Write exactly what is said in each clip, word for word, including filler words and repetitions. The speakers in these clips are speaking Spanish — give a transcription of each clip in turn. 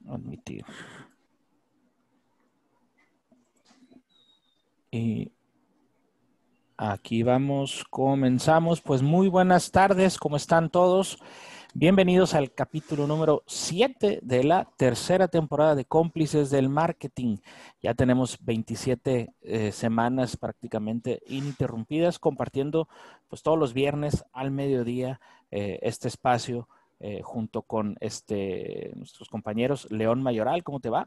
Admitir. Y aquí vamos, comenzamos. Pues muy buenas tardes, ¿cómo están todos? Bienvenidos al capítulo número siete de la tercera temporada de Cómplices del Marketing. Ya tenemos veintisiete eh, semanas prácticamente ininterrumpidas compartiendo pues todos los viernes al mediodía eh, este espacio eh, junto con este, nuestros compañeros. León Mayoral, ¿cómo te va?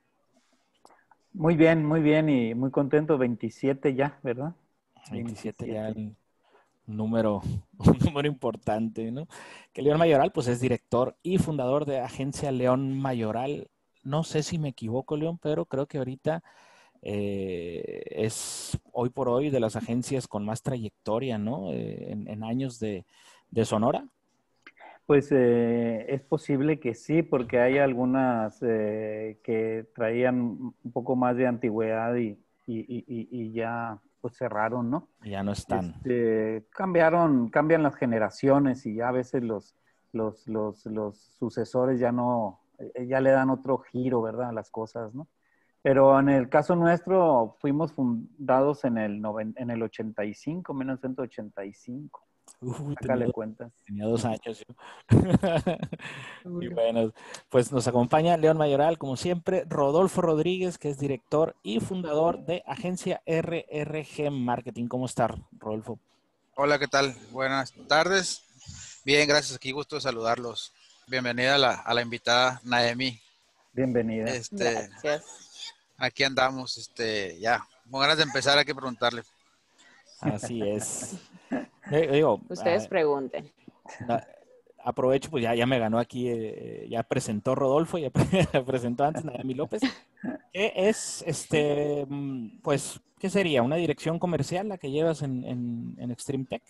Muy bien, muy bien y muy contento. veintisiete ya, ¿verdad? veintisiete ya veintisiete. el número, un número importante, ¿no? Que León Mayoral, pues es director y fundador de Agencia León Mayoral. No sé si me equivoco, León, pero creo que ahorita eh, es hoy por hoy de las agencias con más trayectoria, ¿no? Eh, en, en años de, de Sonora. Pues eh, es posible que sí, porque hay algunas eh, que traían un poco más de antigüedad y, y, y, y- y ya pues cerraron, ¿no? Ya no están. Este, cambiaron, cambian las generaciones y ya a veces los, los, los, los sucesores ya no, eh, ya le dan otro giro, ¿verdad? A las cosas, ¿no? Pero en el caso nuestro, fuimos fundados en el, noven, en el ochenta y cinco, mil novecientos ochenta y cinco. Uh, tenía, Sácale dos, cuentas. tenía dos años yo. Y Seguro. bueno, pues nos acompaña León Mayoral, como siempre, Rodolfo Rodríguez, que es director y fundador de Agencia R R G Marketing. ¿Cómo está, Rodolfo? Hola, ¿qué tal? Buenas tardes. Bien, gracias. Aquí gusto de saludarlos. Bienvenida a la, a la invitada Naemi. Bienvenida. Este, Gracias. aquí andamos, este, ya. Con ganas de empezar, hay que preguntarle. Así es. Eh, digo, Ustedes ah, pregunten. na- aprovecho, pues ya, ya me ganó aquí, eh, ya presentó Rodolfo, ya pre- presentó antes Naomi López. ¿Qué es, este, mm, pues, qué sería? ¿Una dirección comercial la que llevas en, en, en Extreme Tech?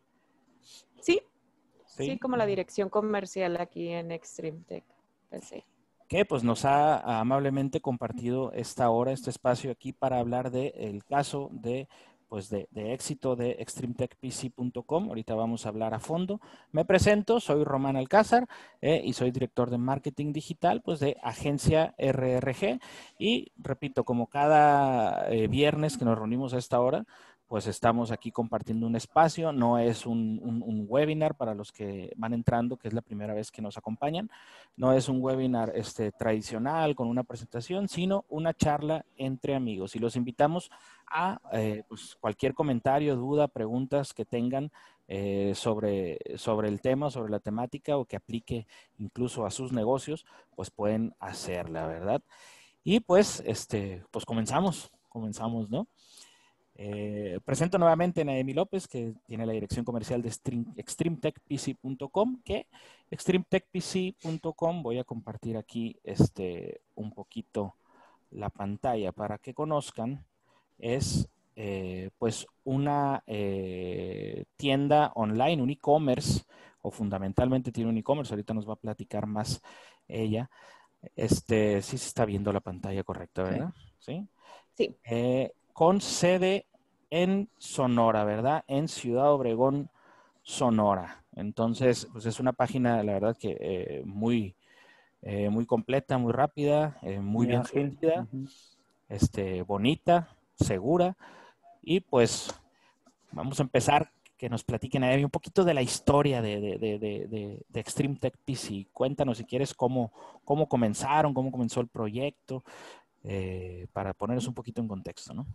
Sí, sí, Sí. como la dirección comercial aquí en Extreme Tech P C. Que pues nos ha amablemente compartido esta hora, este espacio aquí para hablar del caso de, pues de, de éxito de extreme tech p c punto com. Ahorita vamos a hablar a fondo. Me presento, soy Román Alcázar eh, y soy director de marketing digital pues de Agencia R R G. Y repito, como cada eh, viernes que nos reunimos a esta hora, pues estamos aquí compartiendo un espacio. No es un, un, un webinar para los que van entrando, que es la primera vez que nos acompañan. No es un webinar este, tradicional con una presentación, sino una charla entre amigos. Y los invitamos a eh, pues, cualquier comentario, duda, preguntas que tengan eh, sobre, sobre el tema, sobre la temática o que aplique incluso a sus negocios, pues pueden hacerla, ¿verdad? Y pues, este, pues comenzamos, comenzamos, ¿no? Eh, presento nuevamente a Naemi López, que tiene la dirección comercial de extreme tech p c punto com, que extreme tech p c punto com, voy a compartir aquí este, un poquito la pantalla para que conozcan, es eh, pues una eh, tienda online, un e-commerce, o fundamentalmente tiene un e-commerce, ahorita nos va a platicar más ella. Este, sí se está viendo la pantalla correcta, Sí. ¿verdad? Sí. Sí, Eh, con sede en Sonora, ¿verdad? En Ciudad Obregón, Sonora. Entonces, pues es una página, la verdad, que eh, muy, eh, muy completa, muy rápida, eh, muy Muy bien ágil. surtida, Uh-huh. este, bonita, segura. Y pues vamos a empezar, que nos platiquen ahí un poquito de la historia de, de, de, de, de Extreme Tech P C. Cuéntanos si quieres cómo, cómo comenzaron, cómo comenzó el proyecto, eh, para ponernos un poquito en contexto, ¿no?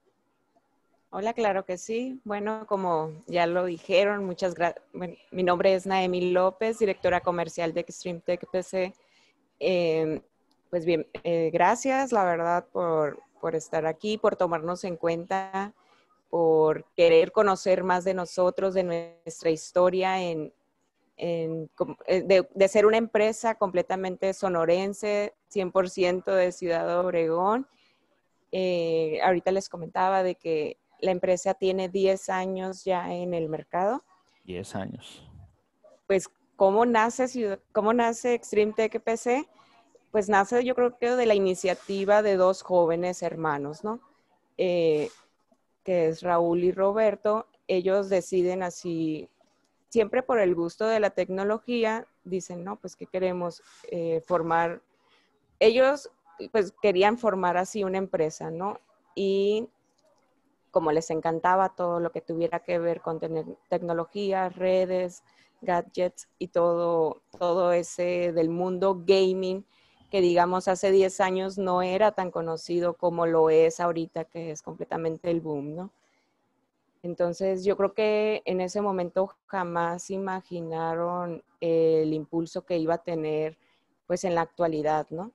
hola, claro que sí. Bueno, como ya lo dijeron, muchas gracias. Bueno, mi nombre es Naemi López, directora comercial de Extreme Tech P C. Eh, pues bien, eh, gracias, la verdad, por, por estar aquí, por tomarnos en cuenta, por querer conocer más de nosotros, de nuestra historia en, en, de, de ser una empresa completamente sonorense, cien por ciento de Ciudad Obregón. Eh, ahorita les comentaba de que la empresa tiene diez años ya en el mercado. diez años. Pues, ¿cómo nace, cómo nace Extreme Tech P C? Pues nace yo creo que de la iniciativa de dos jóvenes hermanos, ¿no? Eh, que es Raúl y Roberto. Ellos deciden así, siempre por el gusto de la tecnología, dicen, no, pues que queremos eh, formar ellos pues querían formar así una empresa, ¿no? Y como les encantaba todo lo que tuviera que ver con te- tecnología, redes, gadgets y todo, todo ese del mundo gaming, que digamos hace diez años no era tan conocido como lo es ahorita, que es completamente el boom, ¿no? Entonces yo creo que en ese momento jamás imaginaron el impulso que iba a tener pues en la actualidad, ¿no?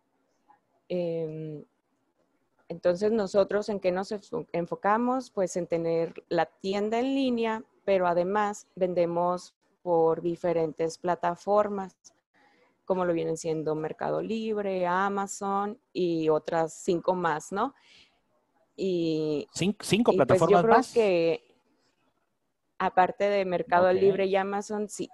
Eh, entonces nosotros en qué nos enfocamos, pues en tener la tienda en línea, pero además vendemos por diferentes plataformas, como lo vienen siendo Mercado Libre, Amazon y otras cinco más, ¿no? Y, ¿Cinco, cinco y pues yo plataformas creo más? que aparte de Mercado Ok, Libre y Amazon, sí,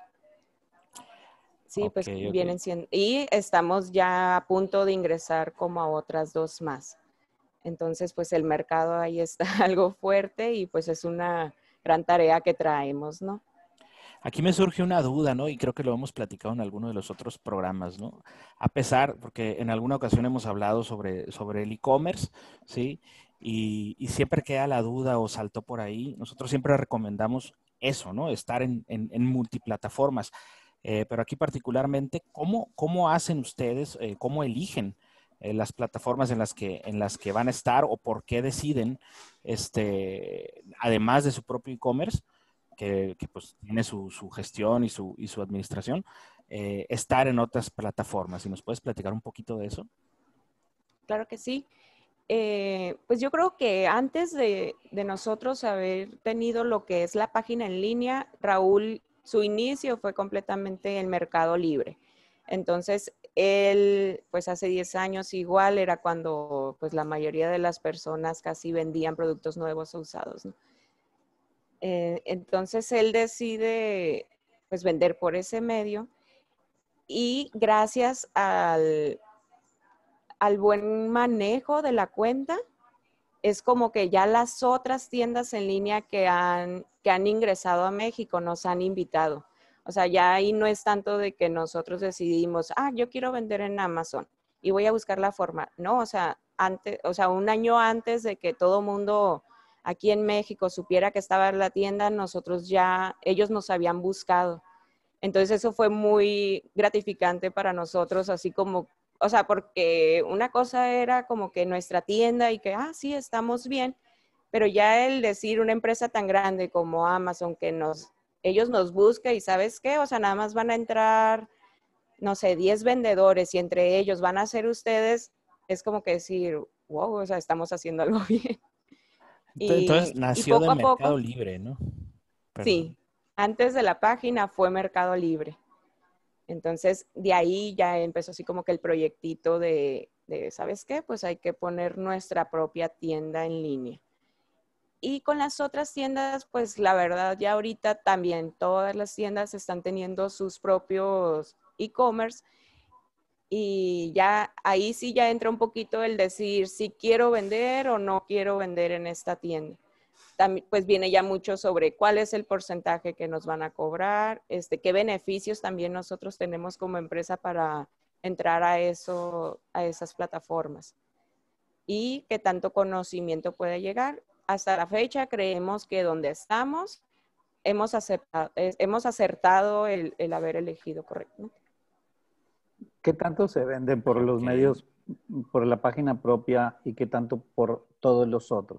sí, ok, pues ok. vienen siendo, y estamos ya a punto de ingresar como a otras dos más. Entonces, pues el mercado ahí está algo fuerte y pues es una gran tarea que traemos, ¿no? Aquí me surge una duda, ¿no? Y creo que lo hemos platicado en alguno de los otros programas, ¿no? A pesar, porque en alguna ocasión hemos hablado sobre, sobre el e-commerce, ¿sí? Y, y siempre queda la duda o saltó por ahí. Nosotros siempre recomendamos eso, ¿no? Estar en, en, en multiplataformas. Eh, pero aquí particularmente, ¿cómo, cómo hacen ustedes, eh, cómo eligen eh, las plataformas en las que, en las que van a estar o por qué deciden, este, además de su propio e-commerce? Que, que, pues tiene su, su, gestión y su, y su administración, eh, estar en otras plataformas. ¿Y nos puedes platicar un poquito de eso? Claro que sí. Eh, pues yo creo que antes de, de nosotros haber tenido lo que es la página en línea, Raúl, su inicio fue completamente en Mercado Libre. Entonces, él, pues hace diez años igual era cuando pues la mayoría de las personas casi vendían productos nuevos o usados, ¿no? Eh, entonces, él decide pues vender por ese medio y gracias al, al buen manejo de la cuenta, es como que ya las otras tiendas en línea que han, que han ingresado a México nos han invitado. O sea, ya ahí no es tanto de que nosotros decidimos, ah, yo quiero vender en Amazon y voy a buscar la forma. No, o sea, antes, o sea, un año antes de que todo mundo aquí en México supiera que estaba en la tienda, nosotros ya, ellos nos habían buscado. Entonces eso fue muy gratificante para nosotros, así como, o sea, porque una cosa era como que nuestra tienda y que, ah, sí, estamos bien, pero ya el decir una empresa tan grande como Amazon que nos, ellos nos buscan y ¿sabes qué? O sea, nada más van a entrar, no sé, diez vendedores y entre ellos van a ser ustedes, es como que decir, wow, o sea, estamos haciendo algo bien. Entonces Y, y nació de poco a Mercado poco, Libre, ¿no? Perdón. sí, antes de la página fue Mercado Libre. Entonces, de ahí ya empezó así como que el proyectito de, de, ¿sabes qué? Pues hay que poner nuestra propia tienda en línea. Y con las otras tiendas, pues la verdad ya ahorita también todas las tiendas están teniendo sus propios e-commerce y ya ahí sí ya entra un poquito el decir si quiero vender o no quiero vender en esta tienda. También, pues viene ya mucho sobre cuál es el porcentaje que nos van a cobrar, este, qué beneficios también nosotros tenemos como empresa para entrar a, eso, a esas plataformas y qué tanto conocimiento puede llegar. Hasta la fecha creemos que donde estamos hemos acertado, hemos acertado el, el haber elegido correctamente. ¿Qué tanto se venden por los Ok. medios, por la página propia y qué tanto por todos los otros?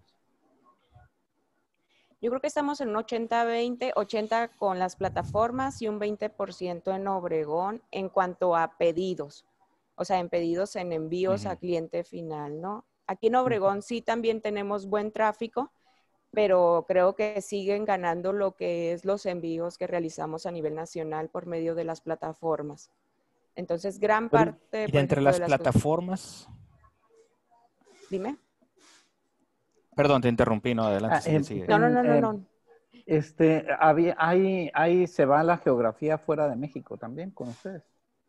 Yo creo que estamos en un ochenta veinte, ochenta con las plataformas y un veinte por ciento en Obregón en cuanto a pedidos, o sea, en pedidos en envíos a Ujú. cliente final, ¿no? Aquí en Obregón sí también tenemos buen tráfico, pero creo que siguen ganando lo que es los envíos que realizamos a nivel nacional por medio de las plataformas. Entonces, gran Pero, parte, Y de por entre ejemplo, las de las... plataformas, Dime. perdón, te interrumpí, no, adelante, ah, sigue, en, sigue. No, no, en, no, no, eh, no. este, había, ahí, ahí se va la geografía fuera de México también con ustedes.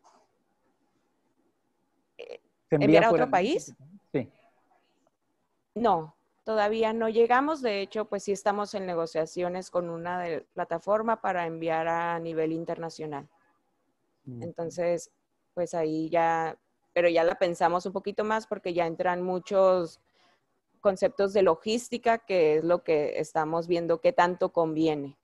¿Se envía ¿Enviar a fuera otro de México? país? Sí. No, todavía no llegamos. De hecho, pues sí estamos en negociaciones con una de, plataforma para enviar a nivel internacional. Entonces, pues ahí ya pero ya la pensamos un poquito más porque ya entran muchos conceptos de logística, que es lo que estamos viendo que tanto conviene.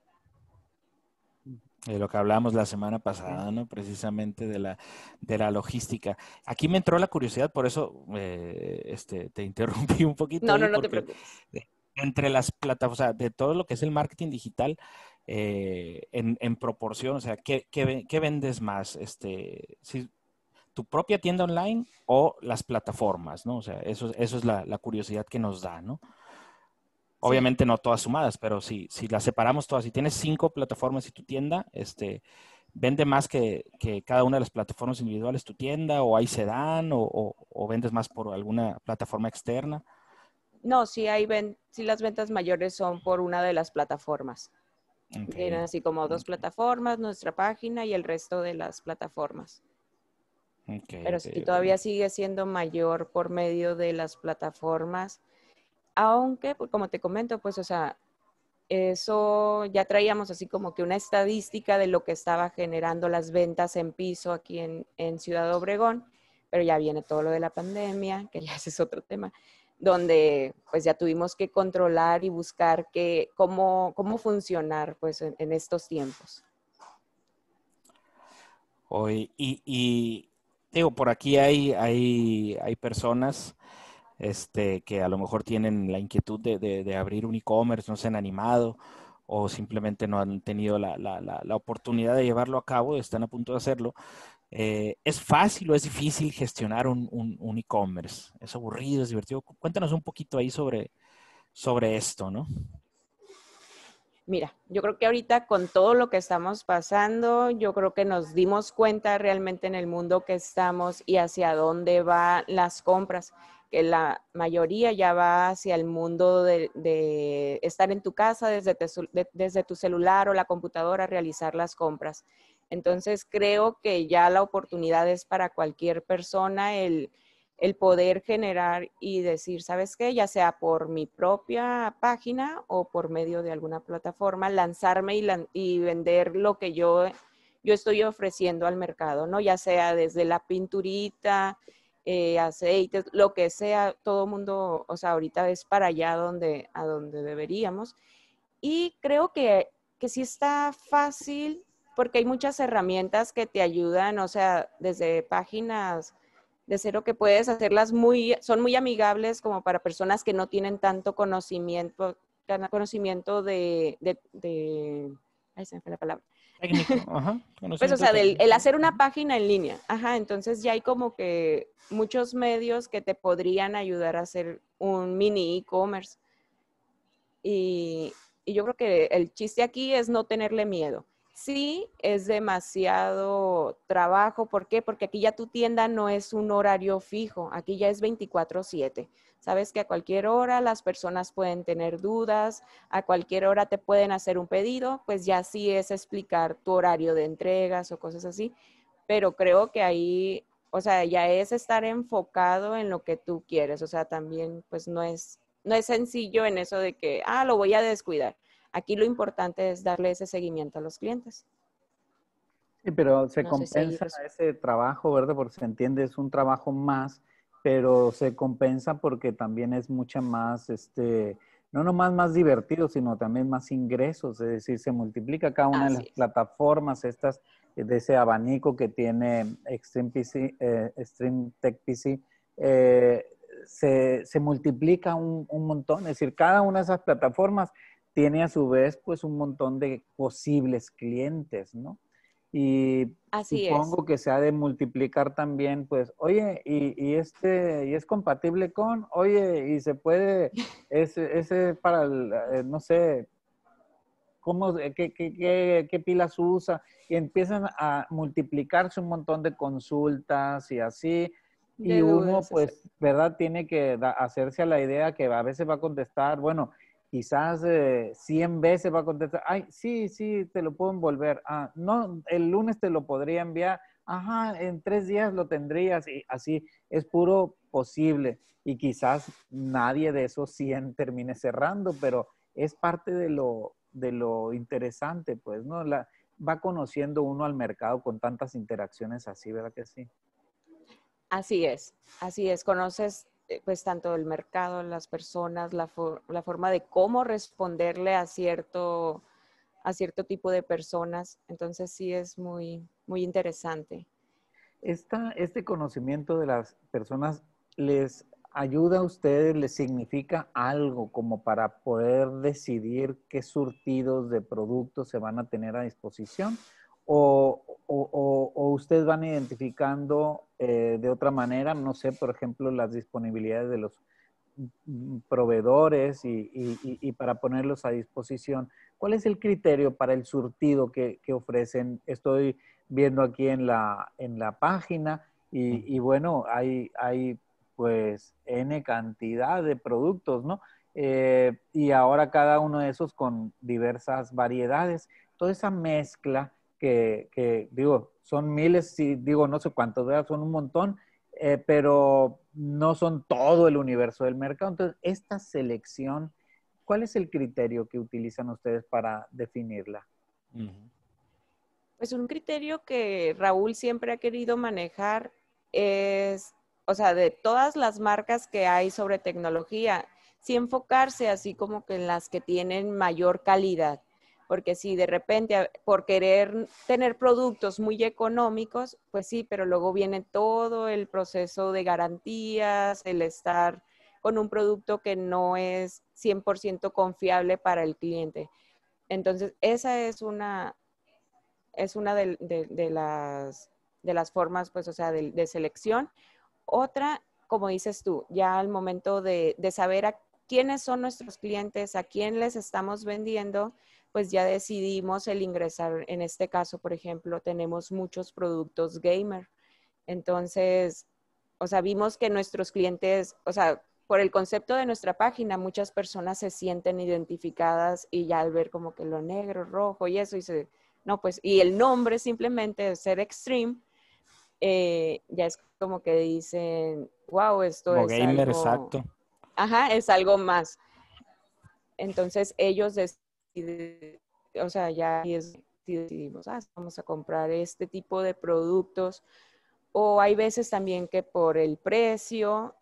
De lo que hablábamos la semana pasada, ¿no? Precisamente de la, de la logística. Aquí me entró la curiosidad, por eso eh, este, te interrumpí un poquito No, no, ahí, no te porque preocupes. de- entre las plataformas, o sea, de todo lo que es el marketing digital, eh, en, en proporción, o sea, ¿qué, qué, ve- qué vendes más? Este, si, ¿tu propia tienda online o las plataformas, ¿no? O sea, eso, eso es la, la curiosidad que nos da, ¿no? Sí. Obviamente no todas sumadas, pero si, si las separamos todas, si tienes cinco plataformas y tu tienda, este, ¿vende más que, que cada una de las plataformas individuales tu tienda o ahí se dan o, o, o vendes más por alguna plataforma externa? No, sí, hay ven, sí las ventas mayores son por una de las plataformas. Ok, Vienen así como dos ok, plataformas, nuestra página y el resto de las plataformas. ok, Pero ok, sí ok. todavía sigue siendo mayor por medio de las plataformas, aunque, pues, como te comento, pues, o sea, eso ya traíamos así como que una estadística de lo que estaba generando las ventas en piso aquí en, en Ciudad Obregón, pero ya viene todo lo de la pandemia, que ya ese es otro tema, donde pues ya tuvimos que controlar y buscar que, cómo, cómo funcionar pues en, en estos tiempos. Hoy, y, y digo, por aquí hay, hay, hay personas este, que a lo mejor tienen la inquietud de, de- de abrir un e-commerce, no se han animado o simplemente no han tenido la, la- la- la oportunidad de llevarlo a cabo, están a punto de hacerlo. Eh, ¿es fácil o es difícil gestionar un, un- un e-commerce? ¿Es aburrido, es divertido? Cuéntanos un poquito ahí sobre, sobre esto, ¿no? Mira, yo creo que ahorita con todo lo que estamos pasando, yo creo que nos dimos cuenta realmente en el mundo que estamos y hacia dónde van las compras, que la mayoría ya va hacia el mundo de, de estar en tu casa desde, te, de, desde tu celular o la computadora, realizar las compras. Entonces creo que ya la oportunidad es para cualquier persona el el poder generar y decir, ¿sabes qué? Ya sea por mi propia página o por medio de alguna plataforma, lanzarme y, lan y vender lo que yo, yo estoy ofreciendo al mercado, ¿no? Ya sea desde la pinturita, eh, aceites, lo que sea, todo mundo, o sea, ahorita es para allá donde, a donde deberíamos. Y creo que, que sí está fácil porque hay muchas herramientas que te ayudan, o sea, desde páginas de cero que puedes hacerlas muy, son muy amigables como para personas que no tienen tanto conocimiento, conocimiento de, de, de ay, se me fue la palabra. Técnico, ajá, Pues, o conocimiento sea, del, técnico. el hacer una página en línea, ajá, entonces ya hay como que muchos medios que te podrían ayudar a hacer un mini e-commerce. Y, y yo creo que el chiste aquí es no tenerle miedo. Sí, es demasiado trabajo. ¿Por qué? Porque aquí ya tu tienda no es un horario fijo, aquí ya es veinticuatro siete. Sabes que a cualquier hora las personas pueden tener dudas, a cualquier hora te pueden hacer un pedido, pues ya sí es explicar tu horario de entregas o cosas así. Pero creo que ahí, o sea, ya es estar enfocado en lo que tú quieres. O sea, también pues no es, no es sencillo en eso de que, ah, lo voy a descuidar. Aquí lo importante es darle ese seguimiento a los clientes. Sí, pero se No sé si ahí compensa res- ese trabajo, ¿verdad? Porque se entiende, es un trabajo más, pero se compensa porque también es mucha más, este, no nomás más divertido, sino también más ingresos, es decir, se multiplica cada una de las Así es. plataformas estas eh, de ese abanico que tiene Extreme P C, eh, Extreme Tech P C, eh, se, se multiplica un, un montón, es decir, cada una de esas plataformas tiene a su vez pues un montón de posibles clientes, ¿no? Y Así es. supongo que se ha de multiplicar también, pues, oye, y, y este, y es compatible con, oye, y se puede, ese, ese para, el, eh, no sé, cómo, qué, qué, qué, qué pilas usa, y empiezan a multiplicarse un montón de consultas y así, y De uno, dudas. Exacto. pues, ¿verdad? Tiene que da, hacerse a la idea que a veces va a contestar, bueno, quizás eh, cien veces va a contestar, ay, sí, sí, te lo puedo envolver, ah, no, el lunes te lo podría enviar, ajá, en tres días lo tendrías, y así, es puro posible, y quizás nadie de esos cien termine cerrando, pero es parte de lo, de lo interesante, pues, ¿no? La, va conociendo uno al mercado con tantas interacciones así, ¿verdad que sí? Así es, así es. Conoces eh, pues tanto el mercado, las personas, la, for la forma de cómo responderle a cierto, a cierto tipo de personas. Entonces sí es muy, muy interesante. Esta, este conocimiento de las personas les ayuda a ustedes, les significa algo como para poder decidir qué surtidos de productos se van a tener a disposición, o, o, o, o ustedes van identificando eh, de otra manera, no sé, por ejemplo, las disponibilidades de los proveedores y, y, y para ponerlos a disposición. ¿Cuál es el criterio para el surtido que, que ofrecen? Estoy viendo aquí en la, en la página y, y bueno, hay, hay pues N cantidad de productos, ¿no? Eh, y ahora cada uno de esos con diversas variedades. Toda esa mezcla que, que digo, son miles, sí, digo, no sé cuántos, ¿verdad? Son un montón, eh, pero no son todo el universo del mercado. Entonces, esta selección, ¿cuál es el criterio que utilizan ustedes para definirla? Uh-huh. Pues un criterio que Raúl siempre ha querido manejar es, o sea, de todas las marcas que hay sobre tecnología, sí enfocarse así como que en las que tienen mayor calidad. Porque si de repente por querer tener productos muy económicos, pues sí, pero luego viene todo el proceso de garantías, el estar con un producto que no es cien por ciento confiable para el cliente. Entonces, esa es una, es una de, de, de, las, de las formas, pues, o sea, de, de selección. Otra, como dices tú, ya al momento de, de saber a quiénes son nuestros clientes, a quién les estamos vendiendo, pues ya decidimos el ingresar. En este caso, por ejemplo, tenemos muchos productos gamer. Entonces, o sea, vimos que nuestros clientes, o sea, por el concepto de nuestra página, muchas personas se sienten identificadas y ya al ver como que lo negro, rojo y eso, y se, no, pues, y el nombre simplemente de ser Extreme, eh, ya es como que dicen, wow, esto Como es gamer, algo, exacto. ajá, es algo más. Entonces ellos deciden, o sea, ya es, decidimos, ah, vamos a comprar este tipo de productos. O hay veces también que por el precio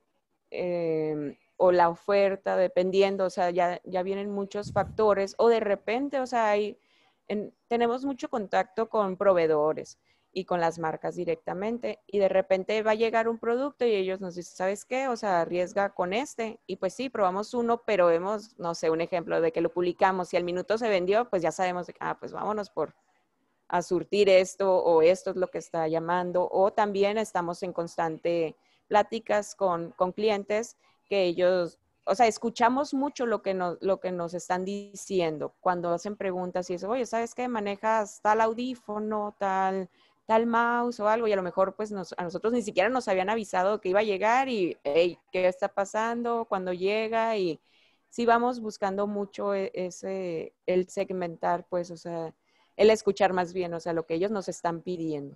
eh, o la oferta, dependiendo, o sea, ya, ya vienen muchos factores. O de repente, o sea, hay, en, tenemos mucho contacto con proveedores y con las marcas directamente. Y de repente va a llegar un producto y ellos nos dicen, ¿sabes qué? O sea, arriesga con este. Y pues sí, probamos uno, pero vemos, no sé, un ejemplo de que lo publicamos y al minuto se vendió, pues ya sabemos, de, ah, pues vámonos por a surtir esto o esto es lo que está llamando, o también estamos en constante pláticas con, con clientes que ellos, o sea, escuchamos mucho lo que, nos, lo que nos están diciendo cuando hacen preguntas y eso, oye, ¿sabes qué? Manejas tal audífono, tal, tal mouse o algo, y a lo mejor pues nos, a nosotros ni siquiera nos habían avisado que iba a llegar y, hey, ¿qué está pasando? ¿Cuándo llega? Y sí vamos buscando mucho ese, el segmentar, pues, o sea, el escuchar más bien, o sea, lo que ellos nos están pidiendo.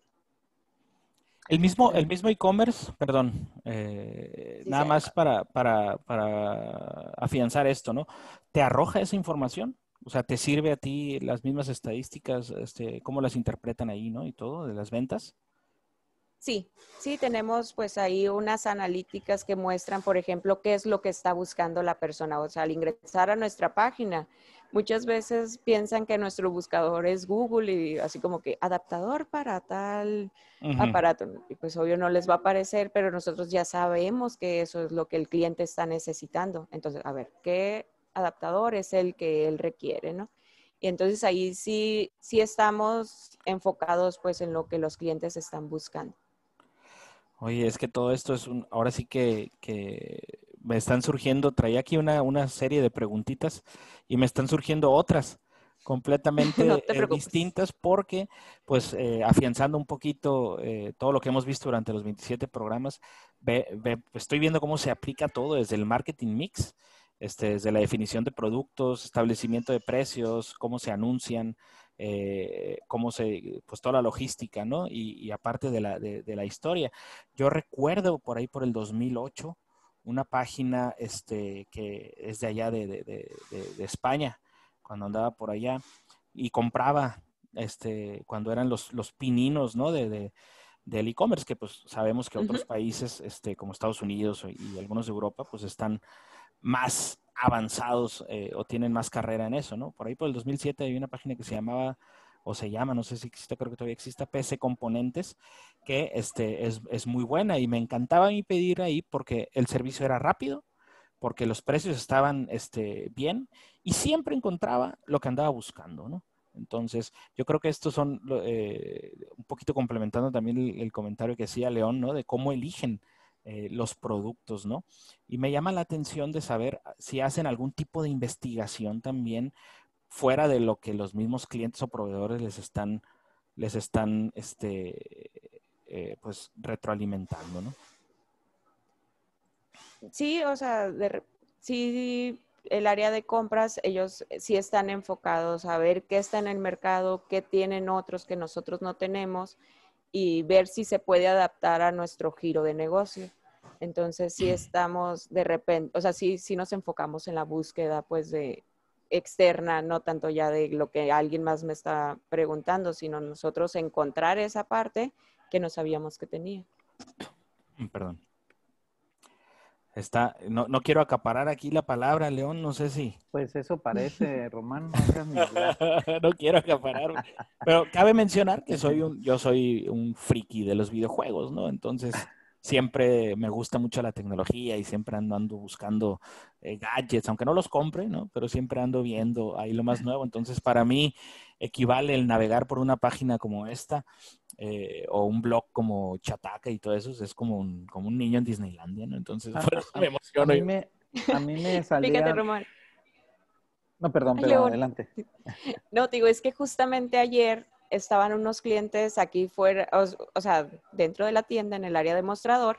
El mismo, el mismo e-commerce, perdón, eh, Sí, nada sí, más para, para, para afianzar esto, ¿no? ¿Te arroja esa información? O sea, ¿te sirve a ti las mismas estadísticas, este, cómo las interpretan ahí, ¿no? Y todo, de las ventas. Sí, sí, tenemos pues ahí unas analíticas que muestran, por ejemplo, qué es lo que está buscando la persona. O sea, al ingresar a nuestra página, muchas veces piensan que nuestro buscador es Google y así como que adaptador para tal Uh-huh. aparato. Y pues obvio no les va a aparecer, pero nosotros ya sabemos que eso es lo que el cliente está necesitando. Entonces, a ver, ¿qué adaptador es el que él requiere, no? Y entonces ahí sí, sí estamos enfocados pues en lo que los clientes están buscando. Oye, es que todo esto es un, ahora sí que, que me están surgiendo, traía aquí una, una serie de preguntitas y me están surgiendo otras No completamente te eh, preocupes. distintas porque, pues, eh, afianzando un poquito eh, todo lo que hemos visto durante los veintisiete programas, ve, ve, estoy viendo cómo se aplica todo desde el marketing mix, este, desde la definición de productos, establecimiento de precios, cómo se anuncian, eh, cómo se, pues toda la logística, ¿no? Y, y aparte de la, de, de la historia. Yo recuerdo por ahí por el dos mil ocho una página este, que es de allá de, de, de, de España, cuando andaba por allá, y compraba este, cuando eran los, los pininos, ¿no? De, de, del e-commerce, que pues sabemos que otros Ujú. países, este, como Estados Unidos y algunos de Europa, pues están más avanzados eh, o tienen más carrera en eso, ¿no? Por ahí por el dos mil siete hay una página que se llamaba, o se llama, no sé si existe, creo que todavía exista, P C Componentes, que este, es, es muy buena y me encantaba a mí pedir ahí porque el servicio era rápido, porque los precios estaban este, bien y siempre encontraba lo que andaba buscando, ¿no? Entonces, yo creo que estos son eh, un poquito complementando también el, el, comentario que hacía León, ¿no? De cómo eligen eh, los productos, ¿no? Y me llama la atención de saber si hacen algún tipo de investigación también fuera de lo que los mismos clientes o proveedores les están, les están, este, eh, pues, retroalimentando, ¿no? Sí, o sea, de, sí, el área de compras, ellos sí están enfocados a ver qué está en el mercado, qué tienen otros que nosotros no tenemos y ver si se puede adaptar a nuestro giro de negocio. Entonces, sí estamos de repente, o sea, sí, sí nos enfocamos en la búsqueda, pues, de externa, no tanto ya de lo que alguien más me está preguntando, sino nosotros encontrar esa parte que no sabíamos que tenía. Perdón. Está, no, no quiero acaparar aquí la palabra, León, no sé si. Pues eso parece, Román, no seas ni hablar. No quiero acaparar. Pero cabe mencionar que soy un, yo soy un friki de los videojuegos, ¿no? Entonces, siempre me gusta mucho la tecnología y siempre ando, ando buscando eh, gadgets, aunque no los compre, ¿no? Pero siempre ando viendo ahí lo más nuevo. Entonces, para mí equivale el navegar por una página como esta eh, o un blog como Chataca y todo eso, es como un, como un niño en Disneylandia, ¿no? Entonces, A, por eso a, me a emociono. mí me, a mí me Fíjate, salía... Román. No, perdón, Ay, perdón, León. adelante. No, te digo, es que justamente ayer estaban unos clientes aquí fuera, o, o sea, dentro de la tienda, en el área de mostrador,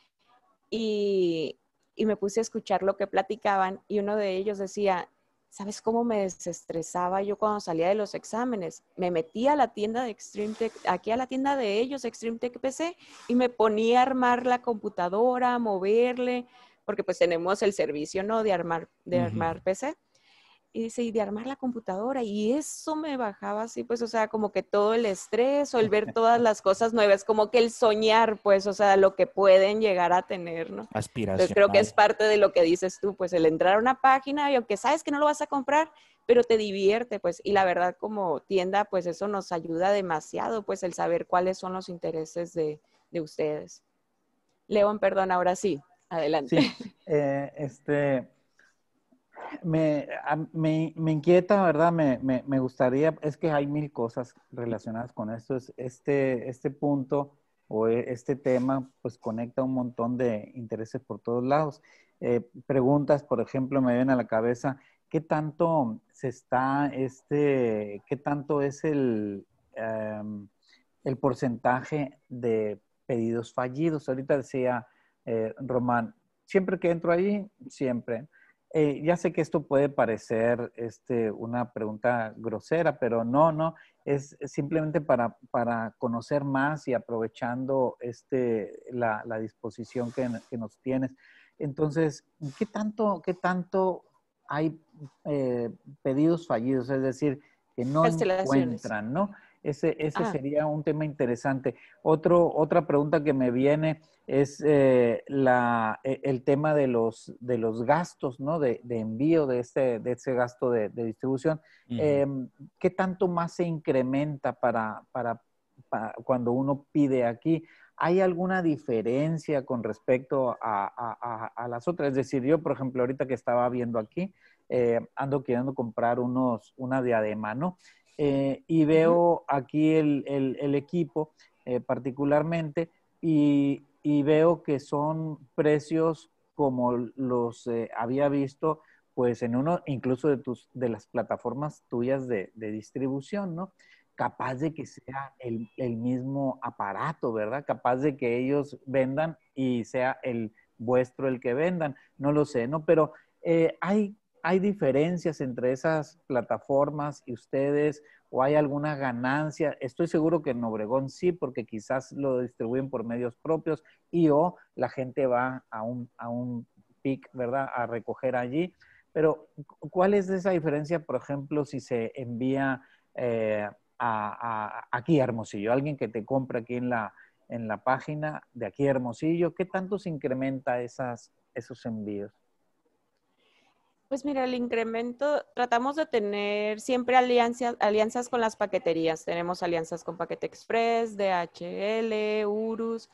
y, y me puse a escuchar lo que platicaban y uno de ellos decía, ¿sabes cómo me desestresaba yo cuando salía de los exámenes? Me metía a la tienda de Extreme Tech, aquí a la tienda de ellos, Extreme Tech P C, y me ponía a armar la computadora, a moverle, porque pues tenemos el servicio, ¿no? De armar, de armar uh-huh. P C. Y dice, y de armar la computadora, y eso me bajaba así, pues, o sea, como que todo el estrés, o el ver todas las cosas nuevas, como que el soñar, pues, o sea, lo que pueden llegar a tener, ¿no? Aspiracional. Entonces creo que es parte de lo que dices tú, pues, el entrar a una página, y aunque sabes que no lo vas a comprar, pero te divierte, pues, y la verdad, como tienda, pues, eso nos ayuda demasiado, pues, el saber cuáles son los intereses de, de ustedes. León, perdón, ahora sí, adelante. Sí, eh, este... Me, a, me, me inquieta, ¿verdad? Me, me, me gustaría, es que hay mil cosas relacionadas con esto. Es, este, este punto o este tema, pues conecta un montón de intereses por todos lados. Eh, preguntas, por ejemplo, me vienen a la cabeza, ¿qué tanto se está, este, qué tanto es el, um, el porcentaje de pedidos fallidos? Ahorita decía eh, Román, siempre que entro ahí, siempre. Eh, ya sé que esto puede parecer este, una pregunta grosera, pero no, no, es simplemente para, para conocer más y aprovechando este, la, la disposición que, que, nos tienes. Entonces, ¿qué tanto, qué tanto hay eh, pedidos fallidos? Es decir, que no encuentran, ¿no? Ese, ese ah. sería un tema interesante. Otro, otra pregunta que me viene es eh, la, el tema de los, de los gastos, ¿no? De, de envío de ese, de ese gasto de, de distribución. Uh-huh. eh, ¿Qué tanto más se incrementa para, para, para cuando uno pide aquí? ¿Hay alguna diferencia con respecto a, a, a, a las otras? Es decir, yo, por ejemplo, ahorita que estaba viendo aquí, eh, ando queriendo comprar unos, una diadema, ¿no? Eh, y veo uh-huh. aquí el, el, el equipo eh, particularmente y, y veo que son precios como los eh, había visto pues en uno incluso de, tus, de las plataformas tuyas de, de distribución, ¿no? Capaz de que sea el, el mismo aparato, ¿verdad? Capaz de que ellos vendan y sea el vuestro el que vendan, no lo sé, ¿no? Pero eh, hay ¿hay diferencias entre esas plataformas y ustedes o hay alguna ganancia? Estoy seguro que en Obregón sí, porque quizás lo distribuyen por medios propios y o la gente va a un, a un pic, ¿verdad? A recoger allí. Pero, ¿cuál es esa diferencia, por ejemplo, si se envía eh, a, a, aquí a Hermosillo? Alguien que te compra aquí en la, en la página de aquí de Hermosillo, ¿qué tanto se incrementa esas, esos envíos? Pues mira, el incremento, tratamos de tener siempre alianzas, alianzas con las paqueterías. Tenemos alianzas con Paquete Express, D H L, Urus,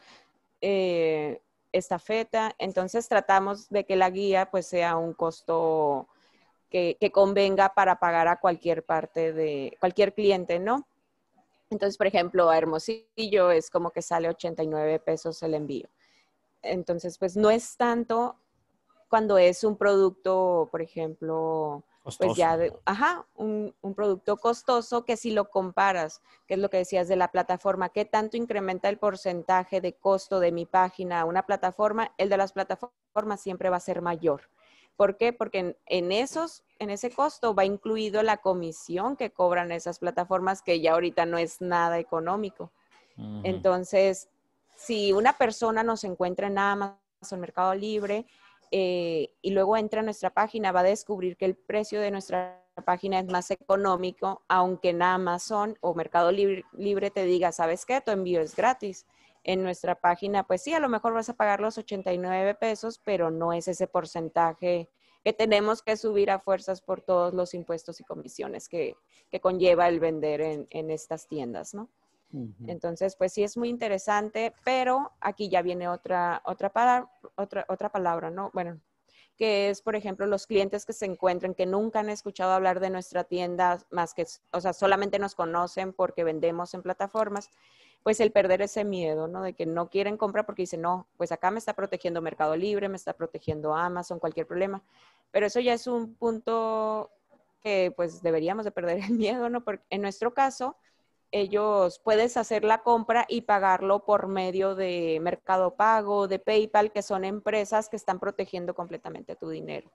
eh, Estafeta. Entonces tratamos de que la guía pues sea un costo que, que convenga para pagar a cualquier parte de, cualquier cliente, ¿no? Entonces, por ejemplo, a Hermosillo es como que sale ochenta y nueve pesos el envío. Entonces, pues no es tanto cuando es un producto, por ejemplo, Costoso. pues ya de, ajá, un, un producto costoso que si lo comparas, que es lo que decías de la plataforma, qué tanto incrementa el porcentaje de costo de mi página a una plataforma, el de las plataformas siempre va a ser mayor. ¿Por qué? Porque en, en esos, en ese costo va incluido la comisión que cobran esas plataformas, que ya ahorita no es nada económico. Uh-huh. Entonces, si una persona nos encuentra en Amazon, Mercado Libre, eh, y luego entra a nuestra página, va a descubrir que el precio de nuestra página es más económico, aunque en Amazon o Mercado Libre, Libre te diga, ¿sabes qué? Tu envío es gratis. En nuestra página, pues sí, a lo mejor vas a pagar los ochenta y nueve pesos, pero no es ese porcentaje que tenemos que subir a fuerzas por todos los impuestos y comisiones que, que conlleva el vender en, en estas tiendas, ¿no? Uh-huh. Entonces, pues sí es muy interesante, pero aquí ya viene otra, otra, para, otra, otra palabra, ¿no? Bueno, que es, por ejemplo, los clientes que se encuentran, que nunca han escuchado hablar de nuestra tienda, más que, o sea, solamente nos conocen porque vendemos en plataformas, pues el perder ese miedo, ¿no? De que no quieren comprar porque dicen, no, pues acá me está protegiendo Mercado Libre, me está protegiendo Amazon, cualquier problema. Pero eso ya es un punto que pues deberíamos de perder el miedo, ¿no? Porque en nuestro caso, ellos puedes hacer la compra y pagarlo por medio de Mercado Pago, de PayPal, que son empresas que están protegiendo completamente tu dinero.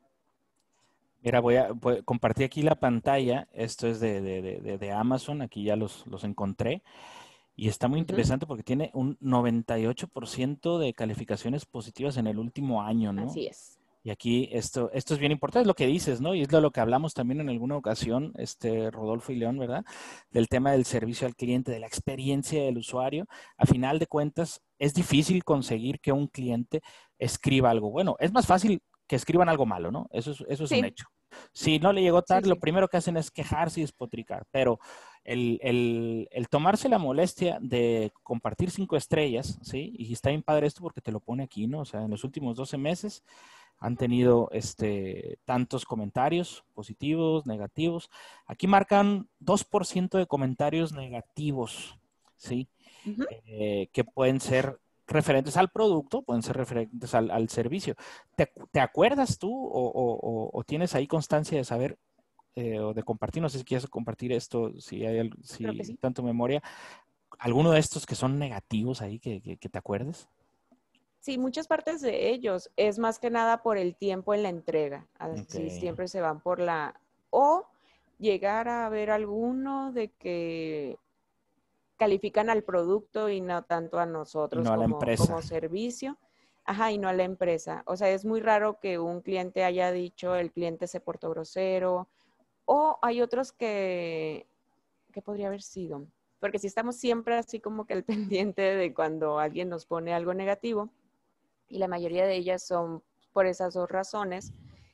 Mira, voy a, voy a compartir aquí la pantalla. Esto es de, de, de, de Amazon. Aquí ya los, los encontré. Y está muy interesante uh-huh. porque tiene un noventa y ocho por ciento de calificaciones positivas en el último año, ¿no? Así es. Y aquí esto, esto es bien importante, es lo que dices, ¿no? Y es de lo que hablamos también en alguna ocasión, este Rodolfo y León, ¿verdad? Del tema del servicio al cliente, de la experiencia del usuario. A final de cuentas, es difícil conseguir que un cliente escriba algo bueno. Es más fácil que escriban algo malo, ¿no? Eso es, eso es sí. un hecho. Si no le llegó tarde, sí, sí. lo primero que hacen es quejarse y despotricar. Pero el, el, el tomarse la molestia de compartir cinco estrellas, ¿sí? Y está bien padre esto porque te lo pone aquí, ¿no? O sea, en los últimos doce meses han tenido este, tantos comentarios positivos, negativos. Aquí marcan dos por ciento de comentarios negativos, ¿sí? Uh-huh. eh, que pueden ser referentes al producto, pueden ser referentes al, al servicio. ¿Te, ¿Te acuerdas tú o, o, o tienes ahí constancia de saber eh, o de compartir? No sé si quieres compartir esto, si hay si sí. tanto memoria. ¿Alguno de estos que son negativos ahí que, que, que te acuerdes? Sí, muchas partes de ellos es más que nada por el tiempo en la entrega. Así okay. siempre se van por la... O llegar a ver alguno de que califican al producto y no tanto a nosotros no a como, la como servicio. Ajá, y no a la empresa. O sea, es muy raro que un cliente haya dicho el cliente se portó grosero. O hay otros que... ¿Qué podría haber sido? Porque si estamos siempre así como que al pendiente de cuando alguien nos pone algo negativo, y la mayoría de ellas son por esas dos razones.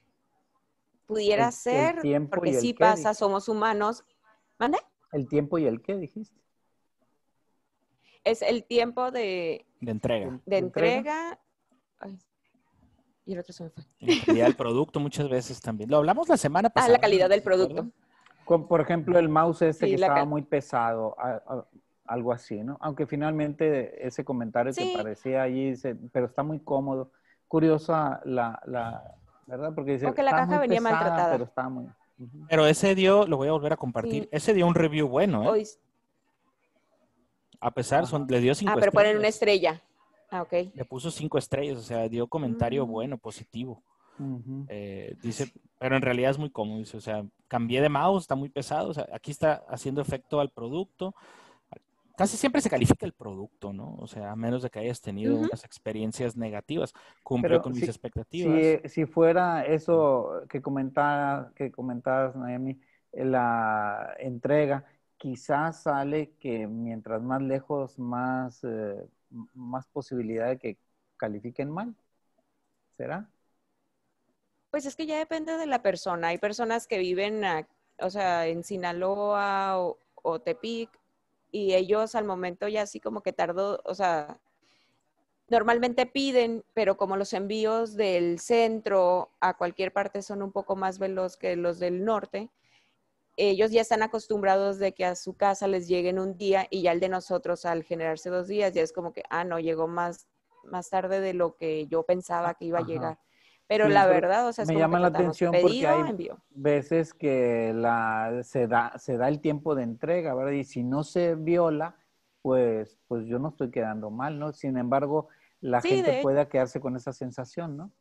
Pudiera el, ser, el porque sí qué, pasa, dijiste. somos humanos. ¿Mande? ¿El tiempo y el qué dijiste? Es el tiempo de... De entrega. De, de entrega. Ay, y el otro se me fue. La calidad del producto muchas veces también. Lo hablamos la semana pasada. Ah, la calidad del producto. Con, por ejemplo, el mouse este sí, que estaba muy pesado. A, a, algo así, ¿no? Aunque finalmente ese comentario sí. que parecía allí, dice, pero está muy cómodo. Curiosa la, la ¿verdad? Porque dice, Porque la está caja muy venía pesada, maltratada. pero está muy... Uh-huh. Pero ese dio, lo voy a volver a compartir, sí. ese dio un review bueno, ¿eh? Hoy... A pesar, son, le dio cinco estrellas. Ah, pero estrellas. ponen una estrella. Ah, ok. Le puso cinco estrellas, o sea, dio comentario uh-huh. bueno, positivo. Uh-huh. Eh, dice, pero en realidad es muy cómodo, dice, o sea, cambié de mouse, está muy pesado, o sea, aquí está haciendo efecto al producto. Casi siempre se califica el producto, ¿no? O sea, a menos de que hayas tenido uh-huh. unas experiencias negativas, cumplió con si, mis expectativas. Si, si fuera eso que comentaba, que comentabas, Naomi, la entrega, quizás sale que mientras más lejos, más, eh, más posibilidad de que califiquen mal. ¿Será? Pues es que ya depende de la persona. Hay personas que viven, a- o sea, en Sinaloa o, o Tepic, y ellos al momento ya así como que tardó, o sea, normalmente piden, pero como los envíos del centro a cualquier parte son un poco más veloz que los del norte, ellos ya están acostumbrados de que a su casa les lleguen un día y ya el de nosotros al generarse dos días ya es como que, ah, no, llegó más, más tarde de lo que yo pensaba Ah, que iba a ajá. llegar. Pero Sí, la pero verdad, o sea, es me como que llama la tratamos atención porque pedido, hay envío. veces que la, se da, se da el tiempo de entrega, ¿verdad? Y si no se viola, pues, pues yo no estoy quedando mal, ¿no? Sin embargo, la Sí, gente de, puede quedarse con esa sensación, ¿no?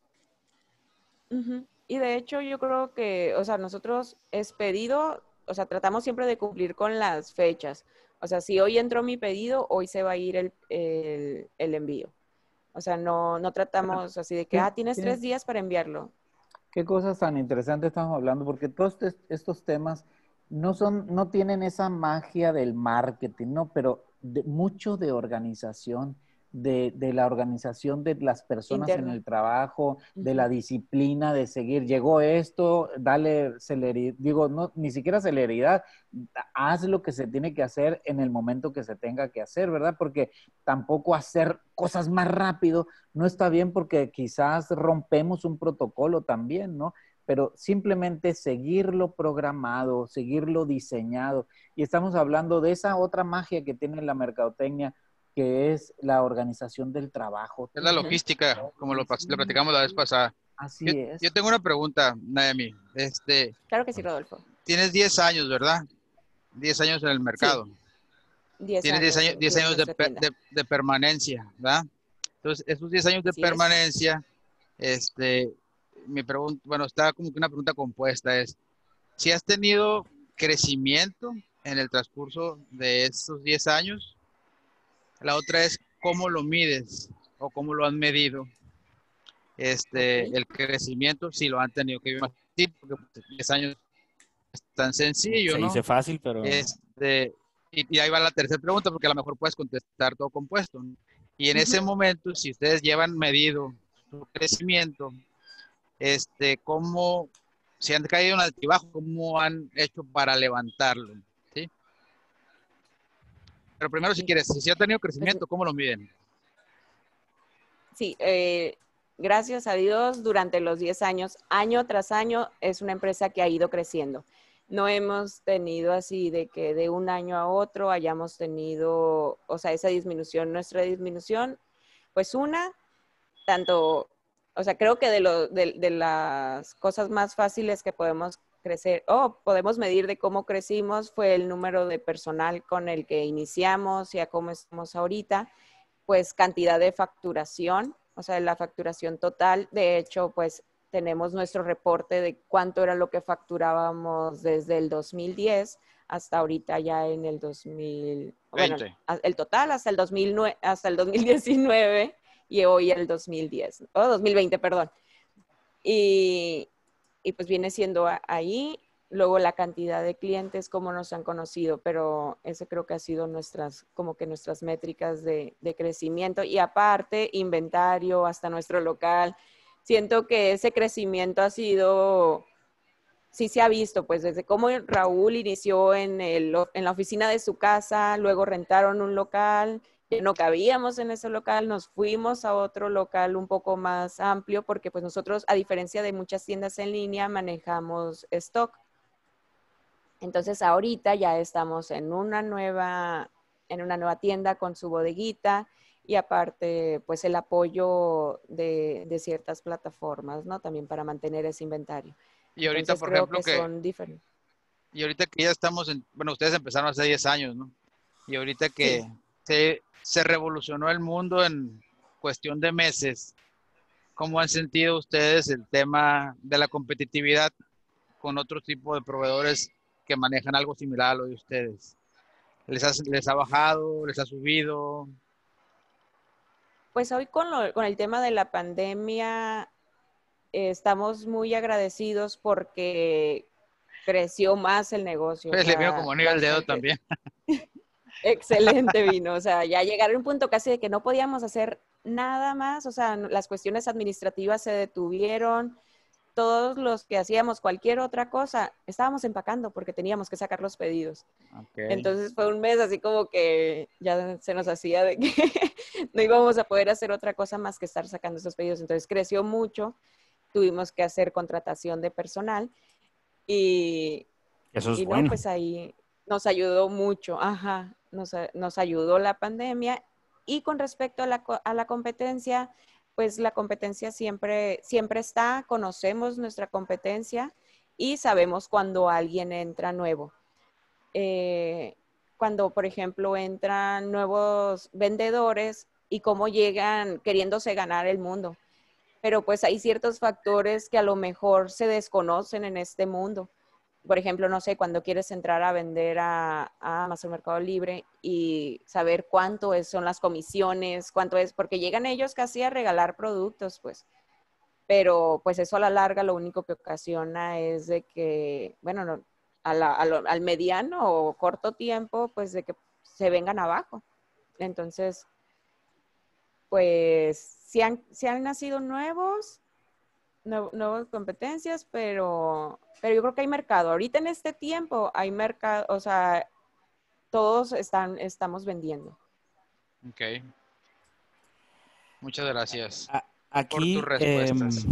ujú. Y de hecho yo creo que, o sea, nosotros es pedido, o sea, tratamos siempre de cumplir con las fechas. O sea, si hoy entró mi pedido, hoy se va a ir el, el, el envío. O sea, no, no Bueno, tratamos así de que, ¿qué, ah, tienes qué, tres días para enviarlo. qué cosas tan interesantes estamos hablando? Porque todos est- estos temas no son, no tienen esa magia del marketing, ¿no? Pero de, mucho de organización, de, de la organización de las personas en Interna. el trabajo, de Ujú. la disciplina, de seguir. Llegó esto, dale celeridad, digo, no, ni siquiera celeridad, haz lo que se tiene que hacer en el momento que se tenga que hacer, ¿verdad? Porque tampoco hacer cosas más rápido no está bien porque quizás rompemos un protocolo también, ¿no? Pero simplemente seguirlo programado, seguirlo diseñado. Y estamos hablando de esa otra magia que tiene la mercadotecnia, que es la organización del trabajo. Es la Ujú. logística, como lo, pas- lo platicamos la vez pasada. Yo, Así yo es. tengo una pregunta, Naomi. Este, Claro que sí, Rodolfo. tienes diez años, ¿verdad? Diez años en el Sí, mercado. diez Tienes diez años años, eh, diez tiene años de, nuestra per- tienda. de- de permanencia, ¿verdad? Entonces, esos diez años de Así es. permanencia, este, mi pregunta, bueno, está como que una pregunta compuesta es, si has tenido crecimiento en el transcurso de estos diez años, la otra es cómo lo mides o cómo lo han medido, Ok. este, el crecimiento, si lo han tenido que vivir así, porque pues, diez años es tan sencillo, Se ¿no? dice fácil, pero Este, y, y ahí va la tercera pregunta, porque a lo mejor puedes contestar todo compuesto, ¿no? Y en Ujú. ese momento, si ustedes llevan medido su crecimiento, este, ¿cómo, si han caído en altibajo, cómo han hecho para levantarlo? ¿Sí? Pero primero, si Mi- quieres, si ha tenido Pues crecimiento, ¿cómo lo miden? sí, eh, gracias a Dios, durante los diez años, año tras año, es una empresa que ha ido creciendo. No hemos tenido así de que de un año a otro hayamos tenido, o sea, esa disminución. Nuestra disminución, pues una, tanto, o sea, creo que de, lo, de, de las cosas más fáciles que podemos crecer o podemos medir de cómo crecimos fue el número de personal con el que iniciamos y a cómo estamos ahorita, pues cantidad de facturación, o sea, la facturación total. De hecho, pues tenemos nuestro reporte de cuánto era lo que facturábamos desde el dos mil diez hasta ahorita ya en el dos mil, bueno, veinte. el total hasta el dos mil nueve, hasta el dos mil diecinueve y hoy el dos mil diez, o dos mil veinte, perdón. Y, y pues viene siendo ahí. Luego la cantidad de clientes, cómo nos han conocido, pero ese creo que ha sido nuestras, como que nuestras métricas de, de crecimiento. Y aparte, inventario, hasta nuestro local. Siento que ese crecimiento ha sido, sí se ha visto, pues desde cómo Raúl inició en, el, en la oficina de su casa, luego rentaron un local, ya no cabíamos en ese local, nos fuimos a otro local un poco más amplio porque pues nosotros, a diferencia de muchas tiendas en línea, manejamos stock. Entonces ahorita ya estamos en una nueva, en una nueva tienda con su bodeguita y aparte pues el apoyo de, de ciertas plataformas, ¿no? También para mantener ese inventario. Y ahorita, Entonces por creo ejemplo, que que, son diferentes. y ahorita que ya estamos en, bueno, ustedes empezaron hace diez años, ¿no? Y ahorita Sí, que se, se revolucionó el mundo en cuestión de meses, ¿cómo han sentido ustedes el tema de la competitividad con otro tipo de proveedores que manejan algo similar a lo de ustedes? ¿Les ha, les ha bajado? ¿Les ha subido? pues hoy con, lo, con el tema de la pandemia eh, estamos muy agradecidos porque creció más el negocio. Pues o le sea, veo como anillo al dedo bastante. también. Excelente vino, o sea, ya llegar a un punto casi de que no podíamos hacer nada más, o sea, las cuestiones administrativas se detuvieron, todos los que hacíamos cualquier otra cosa, estábamos empacando porque teníamos que sacar los pedidos. Okay. Entonces fue un mes así como que ya se nos hacía de que no íbamos a poder hacer otra cosa más que estar sacando esos pedidos. Entonces creció mucho, tuvimos que hacer contratación de personal y, Eso es y bueno. no, pues ahí nos ayudó mucho, ajá, nos, nos ayudó la pandemia. Y con respecto a la, a la competencia, pues la competencia siempre, siempre está, conocemos nuestra competencia y sabemos cuando alguien entra nuevo. Eh, cuando, por ejemplo, entran nuevos vendedores y cómo llegan queriéndose ganar el mundo. Pero pues hay ciertos factores que a lo mejor se desconocen en este mundo. Por ejemplo, no sé, cuando quieres entrar a vender a, a Amazon Mercado Libre y saber cuánto es, son las comisiones, cuánto es, porque llegan ellos casi a regalar productos, pues. Pero pues eso a la larga lo único que ocasiona es de que, bueno, no, a la, a lo, al mediano o corto tiempo, pues de que se vengan abajo. Entonces, pues sí han, sí han nacido nuevos, nuevas nuevas competencias, pero, pero yo creo que hay mercado. Ahorita en este tiempo hay mercado, o sea, todos están, estamos vendiendo. Ok. Muchas gracias A, por tus aquí eh, respuestas.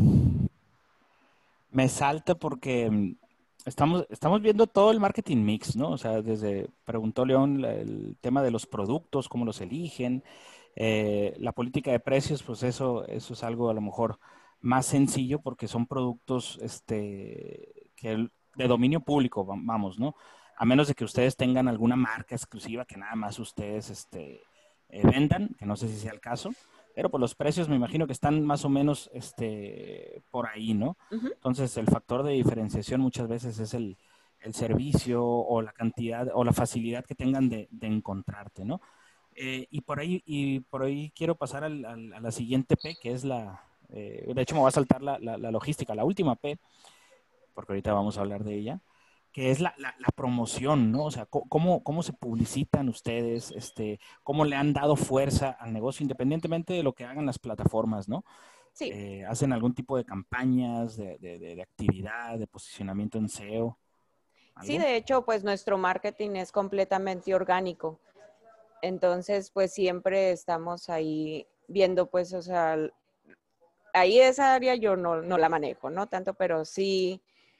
me salta porque estamos, estamos viendo todo el marketing mix, ¿no? O sea, desde, preguntó León, la- el tema de los productos, cómo los eligen, eh, la política de precios, pues eso, eso es algo a lo mejor más sencillo porque son productos este, que el- de dominio público, va- vamos, ¿no? A menos de que ustedes tengan alguna marca exclusiva que nada más ustedes este, eh, vendan, que no sé si sea el caso, pero por los precios me imagino que están más o menos este, por ahí, ¿no? Uh-huh. Entonces, el factor de diferenciación muchas veces es el, el servicio o la cantidad o la facilidad que tengan de, de encontrarte, ¿no? Eh, y, por ahí, y por ahí quiero pasar al, al, a la siguiente P, que es la, eh, de hecho me va a saltar la, la, la, logística, la última P, porque ahorita vamos a hablar de ella, que es la, la, la promoción, ¿no? O sea, ¿cómo, cómo se publicitan ustedes? Este, ¿Cómo le han dado fuerza al negocio, independientemente de lo que hagan las plataformas, ¿no? Sí. Eh, ¿Hacen algún tipo de campañas, de, de, de, de actividad, de posicionamiento en S E O? ¿Algo? Sí, de hecho, pues nuestro marketing es completamente orgánico. Entonces, pues siempre estamos ahí viendo, pues, o sea, ahí esa área yo no, no la manejo, ¿no? Tanto, pero sí,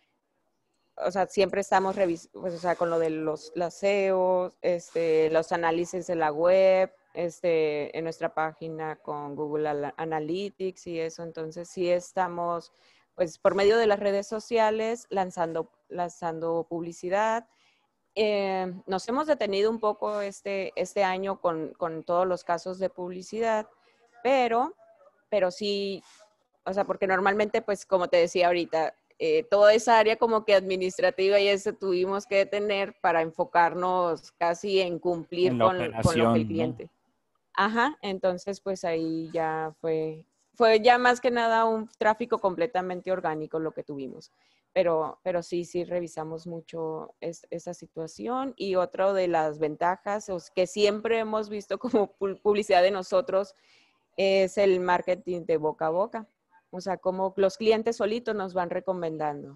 o sea, siempre estamos revisando, pues, o sea, con lo de los, los S E Os, este, los análisis de la web, este, en nuestra página con Google Analytics y eso. Entonces, sí estamos, pues, por medio de las redes sociales lanzando, lanzando publicidad. Eh, nos hemos detenido un poco este, este año con, con todos los casos de publicidad, pero, pero sí, o sea, porque normalmente, pues, como te decía ahorita, eh, toda esa área como que administrativa y eso tuvimos que detener para enfocarnos casi en cumplir En la con, con lo que el operación, cliente. ¿no? Ajá, entonces pues ahí ya fue, fue ya más que nada un tráfico completamente orgánico lo que tuvimos. Pero, pero sí, sí revisamos mucho es, esa situación. Y otra de las ventajas o que siempre hemos visto como publicidad de nosotros es el marketing de boca a boca. O sea, como los clientes solitos nos van recomendando.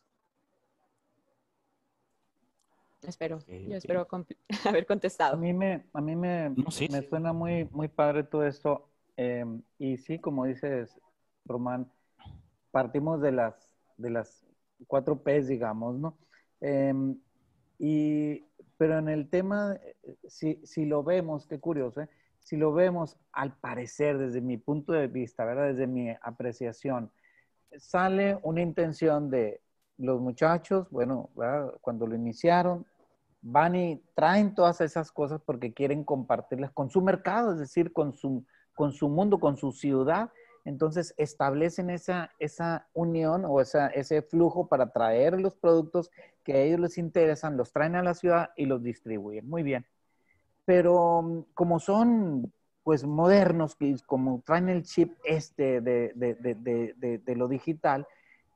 Espero, Okay, yo okay. espero haber contestado. A mí me, a mí me, No, sí, me sí. suena muy, muy padre todo esto. Eh, y sí, como dices, Román, partimos de las, de las cuatro P's, digamos, ¿no? Eh, y, pero en el tema, si, si lo vemos, qué curioso, ¿eh? Si lo vemos, al parecer, desde mi punto de vista, ¿verdad? Desde mi apreciación, sale una intención de los muchachos, bueno, ¿verdad? Cuando lo iniciaron, van y traen todas esas cosas porque quieren compartirlas con su mercado, es decir, con su, con su mundo, con su ciudad. Entonces establecen esa, esa unión o esa, ese flujo para traer los productos que a ellos les interesan, los traen a la ciudad y los distribuyen. Muy bien. Pero como son pues modernos, como traen el chip este de, de, de, de, de lo digital,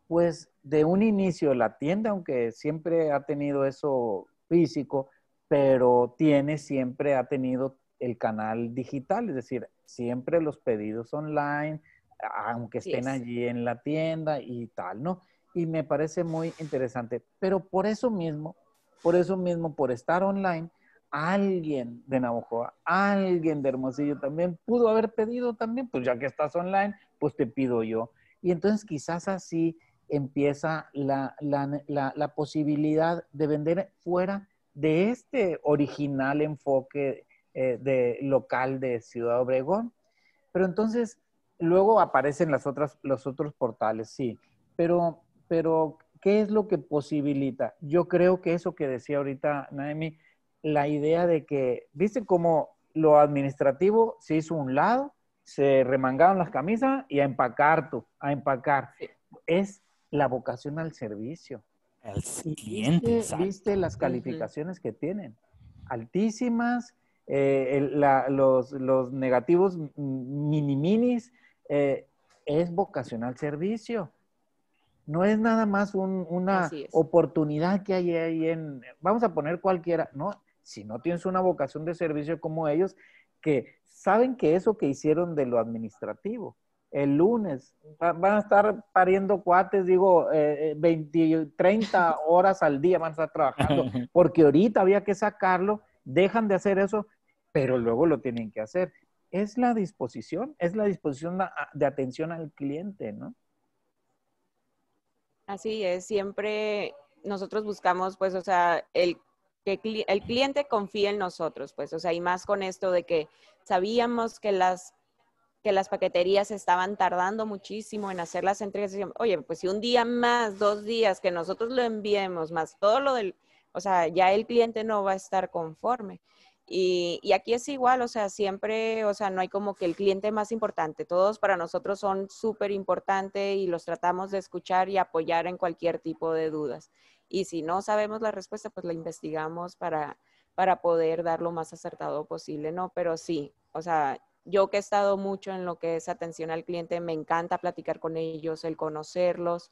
pues de un inicio la tienda, aunque siempre ha tenido eso físico, pero tiene, siempre ha tenido el canal digital, es decir, siempre los pedidos online, aunque Así estén es. allí en la tienda y tal, ¿no? Y me parece muy interesante. Pero por eso mismo, por eso mismo, por estar online, alguien de Navojoa, alguien de Hermosillo también pudo haber pedido también, pues ya que estás online, pues te pido yo. Y entonces quizás así empieza la, la, la, la posibilidad de vender fuera de este original enfoque eh, de local de Ciudad Obregón. Pero entonces, luego aparecen las otras, los otros portales, sí. Pero, pero, ¿qué es lo que posibilita? Yo creo que eso que decía ahorita Naemi, la idea de que, ¿viste cómo lo administrativo se hizo a un lado? Se remangaron las camisas y a empacar tú, a empacar. Sí. Es la vocación al servicio. El Y cliente, viste, exacto. viste las Ujú. calificaciones que tienen, altísimas, eh, el- la- los, los negativos mini minis, eh, es vocacional servicio. No es nada más un- una Así es. oportunidad que hay ahí en, vamos a poner cualquiera, no, si no tienes una vocación de servicio como ellos, que saben que eso que hicieron de lo administrativo, el lunes va- van a estar pariendo cuates, digo, eh, eh, veinte, treinta horas al día van a estar trabajando, porque ahorita había que sacarlo, dejan de hacer eso, pero luego lo tienen que hacer. Es la disposición, es la disposición a- de atención al cliente, ¿no? Así es, siempre nosotros buscamos, pues, o sea, el que cli- el cliente confíe en nosotros, pues, o sea, y más con esto de que sabíamos que las que las paqueterías estaban tardando muchísimo en hacer las entregas. Decíamos, oye, pues si un día más, dos días que nosotros lo enviemos, más todo lo del, o sea, ya el cliente no va a estar conforme. Y, y aquí es igual, o sea, siempre, o sea, no hay como que el cliente más importante. Todos para nosotros son súper importantes y los tratamos de escuchar y apoyar en cualquier tipo de dudas. Y si no sabemos la respuesta, pues la investigamos para, para poder dar lo más acertado posible, ¿no? Pero sí, o sea, yo que he estado mucho en lo que es atención al cliente, me encanta platicar con ellos, el conocerlos.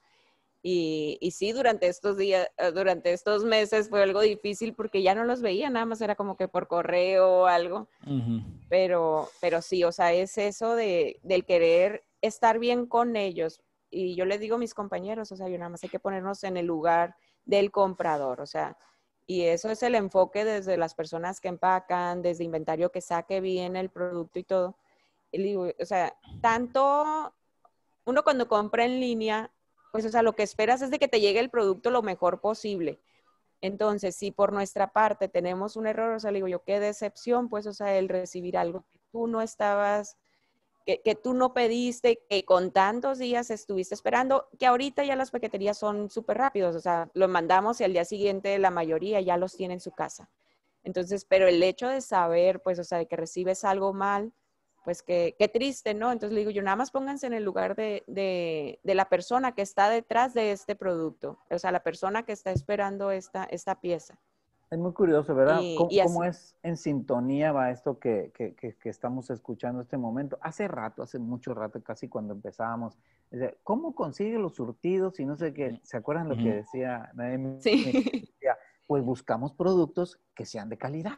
Y, y sí, durante estos días, eh, durante estos meses fue algo difícil porque ya no los veía, nada más era como que por correo o algo. Ujú. Pero, pero sí, o sea, es eso de, del querer estar bien con ellos. Y yo les digo a mis compañeros, o sea, yo nada más hay que ponernos en el lugar del comprador, o sea, y eso es el enfoque desde las personas que empacan, desde inventario que saque bien el producto y todo. Y digo, o sea, tanto uno cuando compra en línea, pues, o sea, lo que esperas es de que te llegue el producto lo mejor posible. Entonces, si por nuestra parte tenemos un error, o sea, le digo yo, qué decepción, pues, o sea, el recibir algo que tú no estabas, que, que tú no pediste, que con tantos días estuviste esperando, que ahorita ya las paqueterías son súper rápidos, o sea, lo mandamos y al día siguiente la mayoría ya los tiene en su casa. Entonces, pero el hecho de saber, pues, o sea, de que recibes algo mal, pues qué, qué triste, ¿no? Entonces le digo yo, nada más pónganse en el lugar de, de, de la persona que está detrás de este producto, o sea, la persona que está esperando esta, esta pieza. Es muy curioso, ¿verdad? Y, ¿Cómo, y cómo así, es en sintonía va esto que, que, que, que estamos escuchando en este momento? Hace rato, hace mucho rato, casi cuando empezábamos, decía, ¿cómo consigue los surtidos? Y no sé qué, ¿se acuerdan lo que Ujú. decía Naomi? sí, Decía, pues buscamos productos que sean de calidad,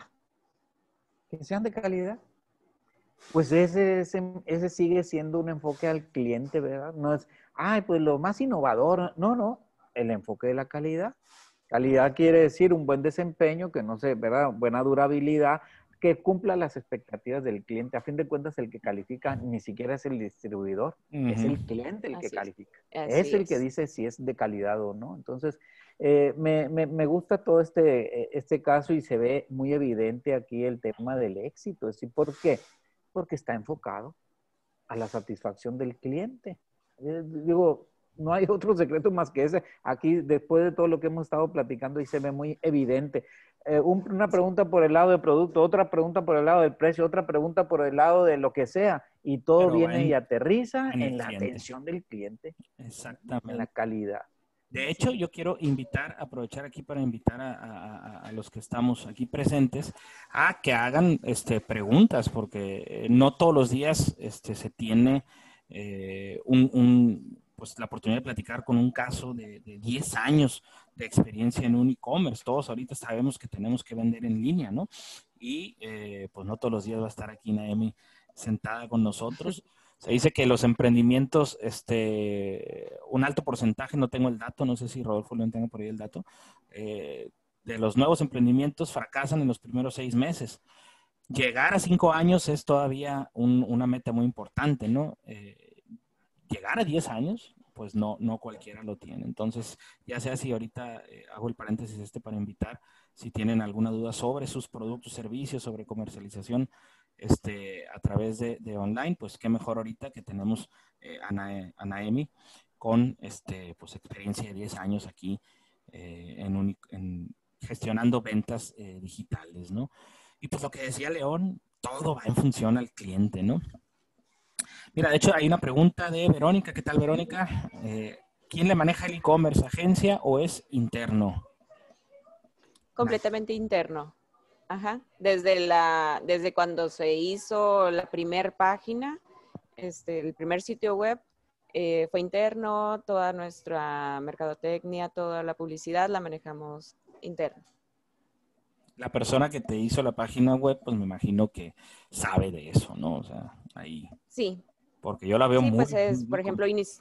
que sean de calidad. Pues ese, ese, ese sigue siendo un enfoque al cliente, ¿verdad? No es, ay, pues lo más innovador. No, no, el enfoque de la calidad. Calidad quiere decir un buen desempeño, que no sé, ¿verdad? Buena durabilidad, que cumpla las expectativas del cliente. A fin de cuentas, el que califica ni siquiera es el distribuidor, es Ujú. el cliente el que así es, califica. Es así el que es. dice si es de calidad o no. Entonces, eh, me, me, me, gusta todo este, este caso y se ve muy evidente aquí el tema del éxito. ¿Sí? ¿Por qué? Porque está enfocado a la satisfacción del cliente. Eh, digo, no hay otro secreto más que ese. Aquí, después de todo lo que hemos estado platicando, y se ve muy evidente. Eh, un, una Sí, pregunta por el lado del producto, otra pregunta por el lado del precio, otra pregunta por el lado de lo que sea, y todo Pero va viene y en, aterriza en el en la cliente. atención del cliente, en la Exactamente. calidad. De hecho, yo quiero invitar, aprovechar aquí para invitar a, a- a los que estamos aquí presentes a que hagan este, preguntas, porque eh, no todos los días este, se tiene eh, un, un- pues la oportunidad de platicar con un caso de, de diez años de experiencia en un e-commerce. Todos ahorita sabemos que tenemos que vender en línea, ¿no? Y eh, pues no todos los días va a estar aquí Naemi sentada con nosotros. Se dice que los emprendimientos, este, un alto porcentaje, no tengo el dato, no sé si Rodolfo lo tenga por ahí el dato, eh, de los nuevos emprendimientos fracasan en los primeros seis meses. Llegar a cinco años es todavía un, una meta muy importante, ¿no? Eh, llegar a diez años, pues no, no cualquiera lo tiene. Entonces, ya sea si ahorita eh, hago el paréntesis este para invitar, si tienen alguna duda sobre sus productos, servicios, sobre comercialización, este, a través de, de online, pues qué mejor ahorita que tenemos eh, a, Na, a Naemi con este, pues, experiencia de diez años aquí eh, en, un, en gestionando ventas eh, digitales, ¿no? Y pues lo que decía León, todo va en función al cliente, ¿no? Mira, de hecho hay una pregunta de Verónica. ¿Qué tal, Verónica? Eh, ¿Quién le maneja el e-commerce, agencia o es interno? Completamente interno. Ajá. Desde, la, desde cuando se hizo la primer página, este, el primer sitio web, eh, fue interno, toda nuestra mercadotecnia, toda la publicidad la manejamos interno. La persona que te hizo la página web, pues me imagino que sabe de eso, ¿no? O sea, ahí. Sí. Porque yo la veo sí, muy... pues es, muy por ejemplo, inici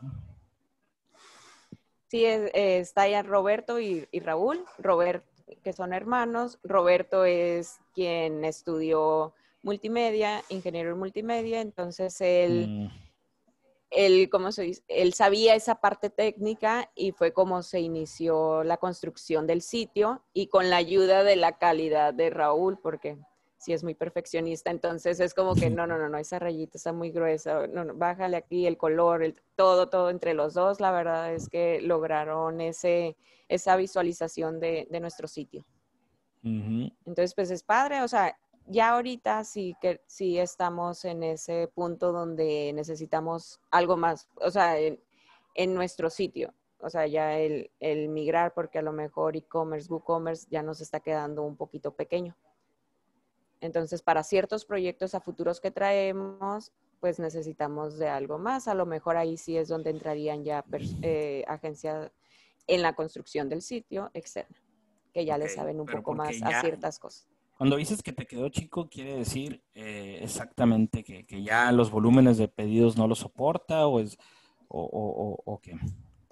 sí, es, eh, está allá Roberto y, y Raúl. Roberto, que son hermanos. Roberto es quien estudió multimedia, ingeniero en multimedia, entonces él, mm. él, ¿cómo se dice? Él sabía esa parte técnica y fue como se inició la construcción del sitio y con la ayuda de la calidad de Raúl, porque sí es muy perfeccionista, entonces es como que no, no, no, no, esa rayita está muy gruesa, no, no, bájale aquí el color, el, todo, todo entre los dos, la verdad es que lograron ese, esa visualización de, de nuestro sitio. Uh-huh. Entonces, pues es padre, o sea, ya ahorita sí que sí estamos en ese punto donde necesitamos algo más, o sea, en, en nuestro sitio, o sea, ya el, el migrar, porque a lo mejor e-commerce, WooCommerce ya nos está quedando un poquito pequeño. Entonces, para ciertos proyectos a futuros que traemos, pues necesitamos de algo más. A lo mejor ahí sí es donde entrarían ya eh, agencias en la construcción del sitio externa, que ya okay, le saben un poco más ya, a ciertas cosas. Cuando dices que te quedó chico, quiere decir eh, exactamente que, que ya los volúmenes de pedidos no lo soporta o es o, o, o, o qué.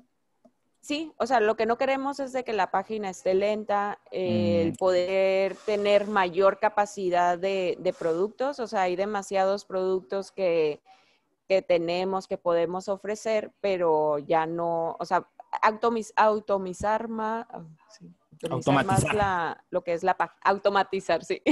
Sí, o sea, lo que no queremos es de que la página esté lenta, eh, mm. el poder tener mayor capacidad de, de productos, o sea, hay demasiados productos que, que tenemos, que podemos ofrecer, pero ya no, o sea, automiz, automizar más, oh, sí, automatizar más la, lo que es la página, automatizar, sí,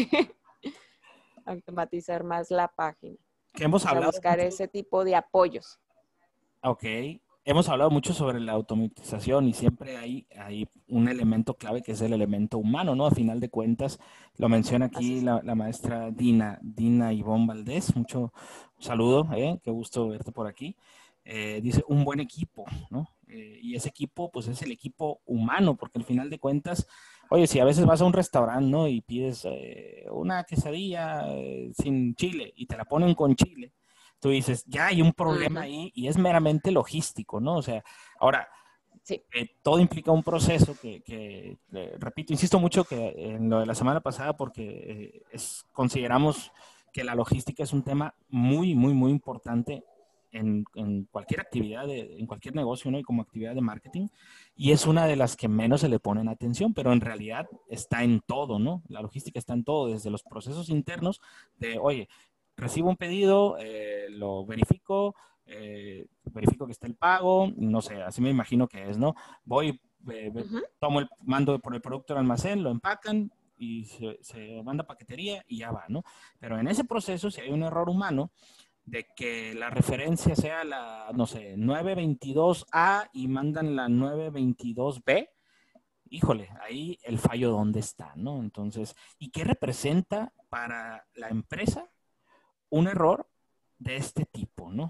automatizar más la página. Que hemos hablado. O sea, buscar ese tipo de apoyos. Ok. Hemos hablado mucho sobre la automatización y siempre hay, hay un elemento clave que es el elemento humano, ¿no? A final de cuentas, lo menciona aquí la, la maestra Dina, Dina Ivonne Valdés. Mucho saludo, ¿eh? Qué gusto verte por aquí. Eh, dice, un buen equipo, ¿no? Eh, y ese equipo, pues es el equipo humano, porque al final de cuentas, oye, si a veces vas a un restaurante, ¿no? Y pides eh, una quesadilla eh, sin chile y te la ponen con chile, tú dices, ya hay un problema uh-huh. ahí y es meramente logístico, ¿no? O sea, ahora, sí. eh, todo implica un proceso que, que eh, repito, insisto mucho que en lo de la semana pasada porque eh, es, consideramos que la logística es un tema muy, muy, muy importante en, en cualquier actividad, de, en cualquier negocio, ¿no? Y como actividad de marketing, y es una de las que menos se le ponen atención, pero en realidad está en todo, ¿no? La logística está en todo, desde los procesos internos de, oye, recibo un pedido, eh, lo verifico, eh, verifico que está el pago, no sé, así me imagino que es, ¿no? Voy, eh, uh-huh. tomo el mando por el producto al almacén, lo empacan y se, se manda a paquetería y ya va, ¿no? Pero en ese proceso, si hay un error humano de que la referencia sea la, no sé, nueve veintidós A y mandan la nueve veintidós B, híjole, ahí el fallo dónde está, ¿no? Entonces, ¿y qué representa para la empresa un error de este tipo, ¿no?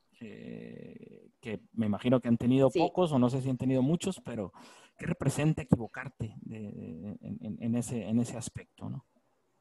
Eh, que me imagino que han tenido sí. pocos o no sé si han tenido muchos, pero ¿qué representa equivocarte de, de, en, en, ese, en ese aspecto, ¿no?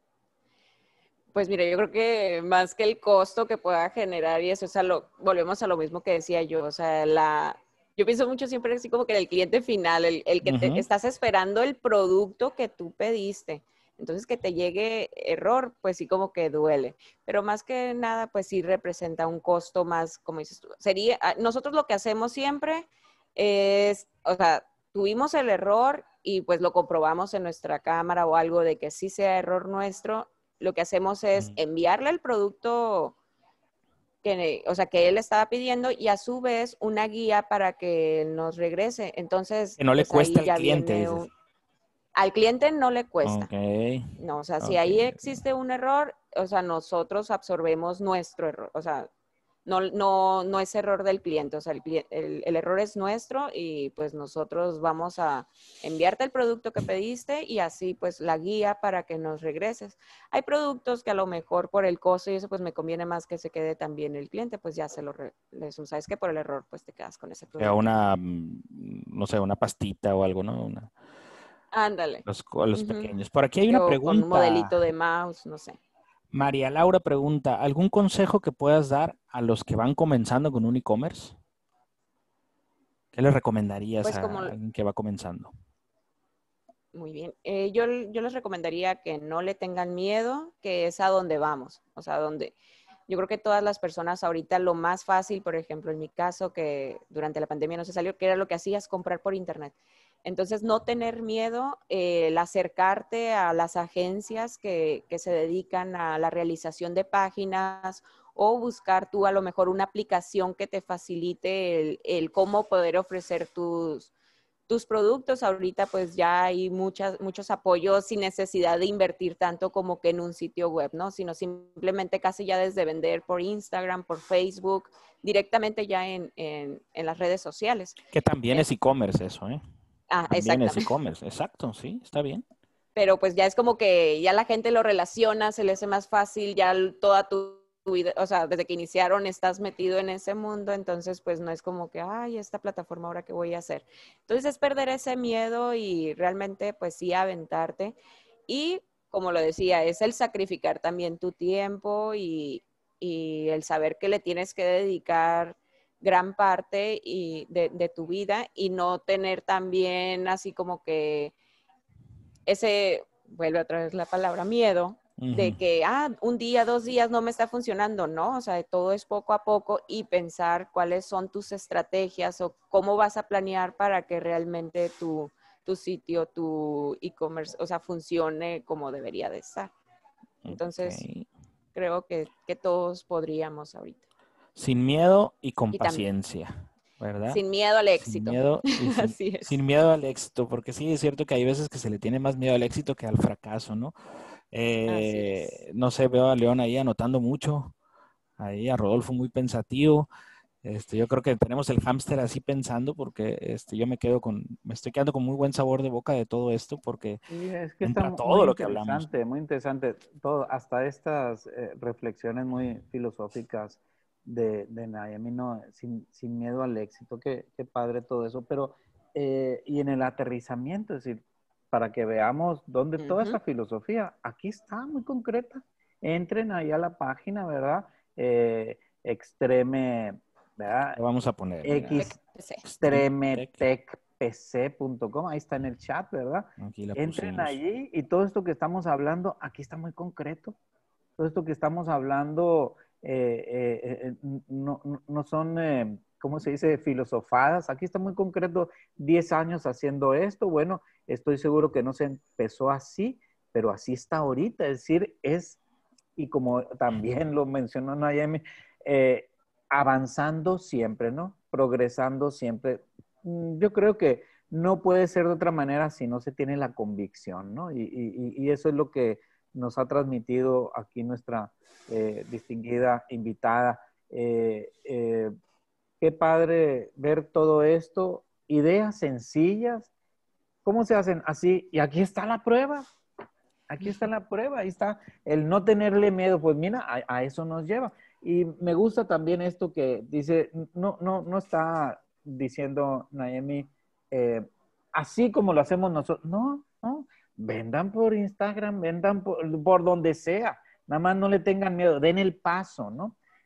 Pues mira, yo creo que más que el costo que pueda generar y eso, o sea, lo, volvemos a lo mismo que decía yo, o sea, la, yo pienso mucho siempre así como que el cliente final, el, el que te, Ujú. estás esperando el producto que tú pediste. Entonces, que te llegue error, pues sí como que duele. Pero más que nada, pues sí representa un costo más, como dices tú. Sería, ah, nosotros lo que hacemos siempre es, o sea, tuvimos el error y pues lo comprobamos en nuestra cámara o algo de que sí sea error nuestro. Lo que hacemos es Mm. enviarle el producto que, o sea, que él estaba pidiendo y a su vez una guía para que nos regrese. Entonces, Que no le pues cuesta ahí al ya cliente, viene dices. un... Al cliente no le cuesta. Ok, No, o sea, si ok, ahí ok. existe un error, o sea, nosotros absorbemos nuestro error. O sea, no, no, no es error del cliente, o sea, el, el, el error es nuestro y pues nosotros vamos a enviarte el producto que pediste y así pues la guía para que nos regreses. Hay productos que a lo mejor por el costo y eso pues me conviene más que se quede también el cliente, pues ya se lo, re, sabes que por el error pues te quedas con ese Sea producto. una, mm, no sé, una pastita o algo, ¿no? Una, Ándale. los, los Uh-huh. pequeños. Por aquí hay una O con un pregunta. modelito de mouse, no sé. María Laura pregunta, ¿algún consejo que puedas dar a los que van comenzando con un e-commerce? ¿Qué le recomendarías Pues a como, alguien que va comenzando? muy bien. Eh, yo, yo les recomendaría que no le tengan miedo, que es a donde vamos. O sea, donde yo creo que todas las personas ahorita lo más fácil, por ejemplo, en mi caso, que durante la pandemia no se salió, que era lo que hacías, comprar por internet. Entonces, no tener miedo, eh, el acercarte a las agencias que, que se dedican a la realización de páginas o buscar tú a lo mejor una aplicación que te facilite el, el cómo poder ofrecer tus tus productos. Ahorita pues ya hay muchas, muchos apoyos sin necesidad de invertir tanto como que en un sitio web, ¿no? Sino simplemente casi ya desde vender por Instagram, por Facebook, directamente ya en, en, en las redes sociales. Que también En, es e-commerce eso, ¿eh? ah, También es exactamente. e-commerce, exacto, sí, está bien. Pero pues ya es como que ya la gente lo relaciona, se le hace más fácil, ya toda tu o sea, desde que iniciaron estás metido en ese mundo, entonces pues no es como que, ay, esta plataforma ahora qué voy a hacer. Entonces es perder ese miedo y realmente pues sí aventarte. Y como lo decía, es el sacrificar también tu tiempo y, y el saber que le tienes que dedicar gran parte y de, de tu vida y no tener también así como que ese, vuelve otra vez la palabra miedo, de Ujú. que, ah, un día, dos días no me está funcionando, ¿no? O sea, todo es poco a poco y pensar cuáles son tus estrategias o cómo vas a planear para que realmente tu, tu sitio, tu e-commerce, o sea, funcione como debería de estar. Entonces, Ok. creo que, que todos podríamos ahorita. Sin miedo y con Y también, paciencia, ¿verdad? sin miedo al Sin éxito. miedo y sin, Así es. sin miedo al éxito, porque sí es cierto que hay veces que se le tiene más miedo al éxito que al fracaso, ¿no? Así es. Eh, no sé, veo a León ahí anotando mucho, ahí a Rodolfo muy pensativo. Este, yo creo que tenemos el hámster así pensando porque este, yo me quedo con, me estoy quedando con muy buen sabor de boca de todo esto porque Sí, es que está entra muy todo lo que hablamos. interesante, muy interesante. Todo, hasta estas eh, reflexiones muy filosóficas de, de Naomi, ¿no? Sin, sin miedo al éxito, qué, qué padre todo eso. Pero, eh, y en el aterrizamiento, es decir, para que veamos dónde toda esa Uh-huh. filosofía, aquí está muy concreta. Entren ahí a la página, ¿verdad? Eh, Extreme, ¿verdad? Le vamos a poner, mira, X Extreme Tech, extremetech p c punto com, ahí está en el chat, ¿verdad? aquí la Entren pusimos. allí y todo esto que estamos hablando, aquí está muy concreto. Todo esto que estamos hablando eh, eh, eh, no, no, no, son, eh, ¿cómo se dice?, filosofadas. Aquí está muy concreto, diez años haciendo esto. Bueno, estoy seguro que no se empezó así, pero así está ahorita. Es decir, es, y como también lo mencionó Nayemi, eh, avanzando siempre, ¿no? Progresando siempre. Yo creo que no puede ser de otra manera si no se tiene la convicción, ¿no? Y, y, y eso es lo que nos ha transmitido aquí nuestra eh, distinguida invitada. Eh, eh, qué padre ver todo esto, ideas sencillas. ¿Cómo se hacen? Así, y aquí está la prueba. Aquí está la prueba, ahí está el no tenerle miedo, pues mira, a, a eso nos lleva. Y me gusta también esto que dice, no, no, no está diciendo Naomi, eh, así como lo hacemos nosotros, no, no, vendan por Instagram, vendan por, por donde sea, nada más no le tengan miedo, den el paso, ¿no?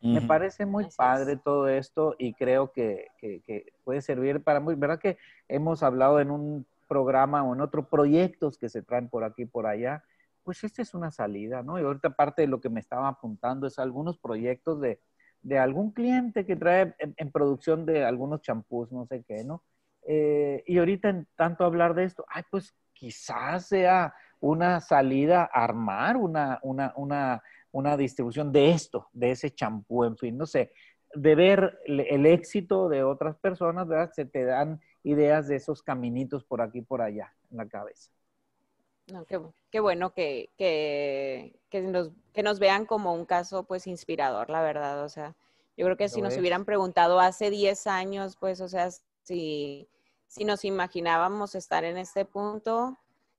Me Ujú. parece muy Así padre es. todo esto y creo que, que- que puede servir para muy, ¿verdad? Que hemos hablado en un programa o en otros proyectos que se traen por aquí y por allá, pues esta es una salida, ¿no? Y ahorita parte de lo que me estaba apuntando es algunos proyectos de, de algún cliente que trae en, en producción de algunos champús, no sé qué, ¿no? Eh, y ahorita en tanto hablar de esto, ay, pues quizás sea una salida a armar una, una, una una distribución de esto, de ese champú, en fin, no sé, de ver el éxito de otras personas, ¿verdad? Se te dan ideas de esos caminitos por aquí y por allá en la cabeza. No, qué, qué bueno que, que, que nos, que nos vean como un caso pues inspirador, la verdad. O sea, yo creo que si Lo nos es. hubieran preguntado hace diez años, pues, o sea, si, si nos imaginábamos estar en este punto,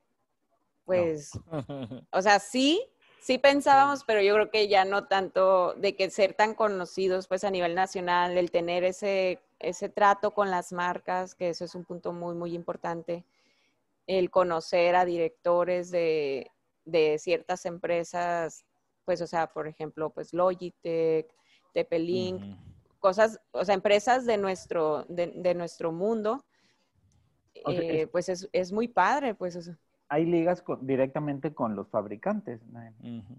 No. pues, o sea, sí, sí pensábamos, pero yo creo que ya no tanto de que ser tan conocidos pues a nivel nacional, el tener ese, ese trato con las marcas, que eso es un punto muy, muy importante, el conocer a directores de, de ciertas empresas, pues, o sea, por ejemplo, pues Logitech, T P-Link, Ujú. cosas, o sea, empresas de nuestro, de, de nuestro mundo, O sea, es- eh, pues es, es muy padre, pues, o sea, hay ligas con- directamente con los fabricantes, ¿no? Ujú.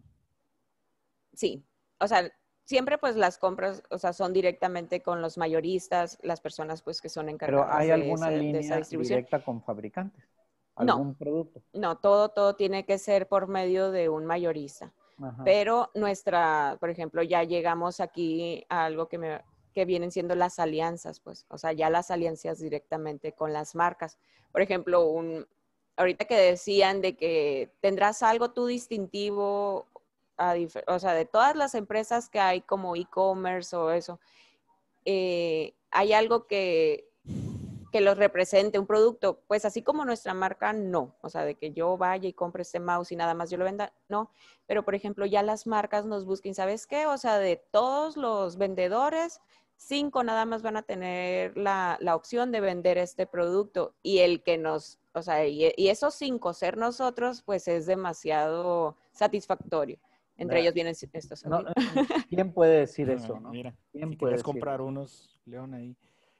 sí, o sea, siempre pues las compras, o sea, son directamente con los mayoristas, las personas pues que son Pero encargadas ¿hay de alguna esa, de esa línea distribución. directa con fabricantes? No, ¿Algún producto? no, todo, todo tiene que ser por medio de un mayorista. Ajá. Pero nuestra, por ejemplo, ya llegamos aquí a algo que, me, que vienen siendo las alianzas, pues, o sea, ya las alianzas directamente con las marcas. Por ejemplo, un, ahorita que decían de que tendrás algo tú distintivo, a o sea, de todas las empresas que hay como e-commerce o eso, eh, hay algo que que los represente un producto, pues así como nuestra marca, no, o sea, de que yo vaya y compre este mouse y nada más yo lo venda, no, pero por ejemplo ya las marcas nos busquen, ¿sabes qué? O sea, de todos los vendedores, cinco nada más van a tener la, la opción de vender este producto y el que nos, o sea, y, y esos cinco ser nosotros, pues es demasiado satisfactorio. Entre ¿Verdad? ellos vienen estos No, audífonos. ¿quién puede decir Ah, eso, no? mira, ¿Quién si puede querías decir comprar eso? unos, León, ahí,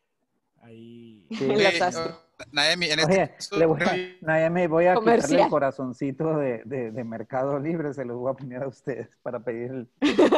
ahí, Sí. Los Oye, astros. oh, Naemi, en este Oye, le caso, voy creo a, yo Naomi, voy a quitarle el Comercial. corazoncito de, de, de Mercado Libre, se los voy a poner a ustedes para pedir el,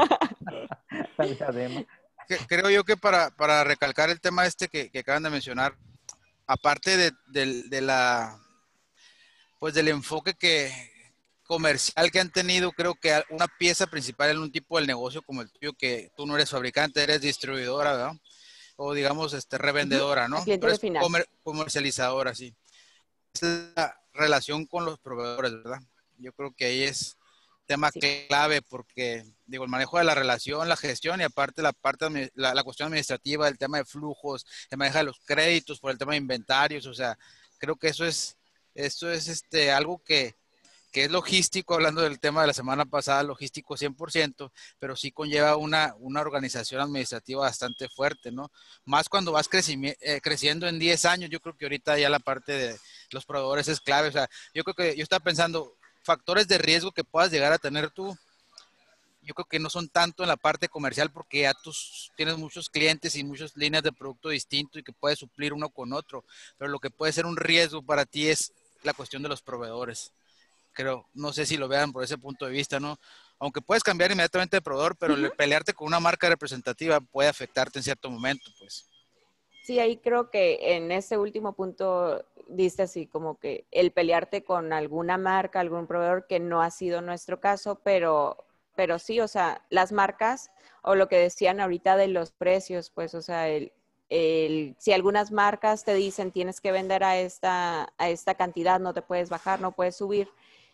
la diadema. que, creo yo que para, para recalcar el tema este que, que acaban de mencionar, aparte de, de, de la, pues del enfoque que comercial que han tenido, creo que una pieza principal en un tipo de negocio como el tuyo, que tú no eres fabricante, eres distribuidora, ¿verdad? O digamos, este, Uh-huh. revendedora, A ¿no? Tú cliente eres final. comer comercializadora, sí. Es la relación con los proveedores, ¿verdad? Yo creo que ahí es tema Sí. clave porque, digo, el manejo de la relación, la gestión y aparte la parte, la, la cuestión administrativa, el tema de flujos, el manejo de los créditos por el tema de inventarios, o sea, creo que eso es, eso es este, algo que, que es logístico, hablando del tema de la semana pasada, logístico cien por ciento, pero sí conlleva una, una organización administrativa bastante fuerte, ¿no? Más cuando vas eh, creciendo en diez años, yo creo que ahorita ya la parte de los proveedores es clave, o sea, yo creo que yo estaba pensando, factores de riesgo que puedas llegar a tener tú, yo creo que no son tanto en la parte comercial porque ya tú tienes muchos clientes y muchas líneas de producto distinto y que puedes suplir uno con otro, pero lo que puede ser un riesgo para ti es la cuestión de los proveedores. Creo, no sé si lo vean por ese punto de vista, ¿no? Aunque puedes cambiar inmediatamente de proveedor, pero Uh-huh. pelearte con una marca representativa puede afectarte en cierto momento, pues. Sí, ahí creo que en ese último punto diste así como que el pelearte con alguna marca, algún proveedor, que no ha sido nuestro caso, pero, pero sí, o sea, las marcas o lo que decían ahorita de los precios, pues, o sea, el, el, si algunas marcas te dicen tienes que vender a esta, a esta cantidad, no te puedes bajar, no puedes subir,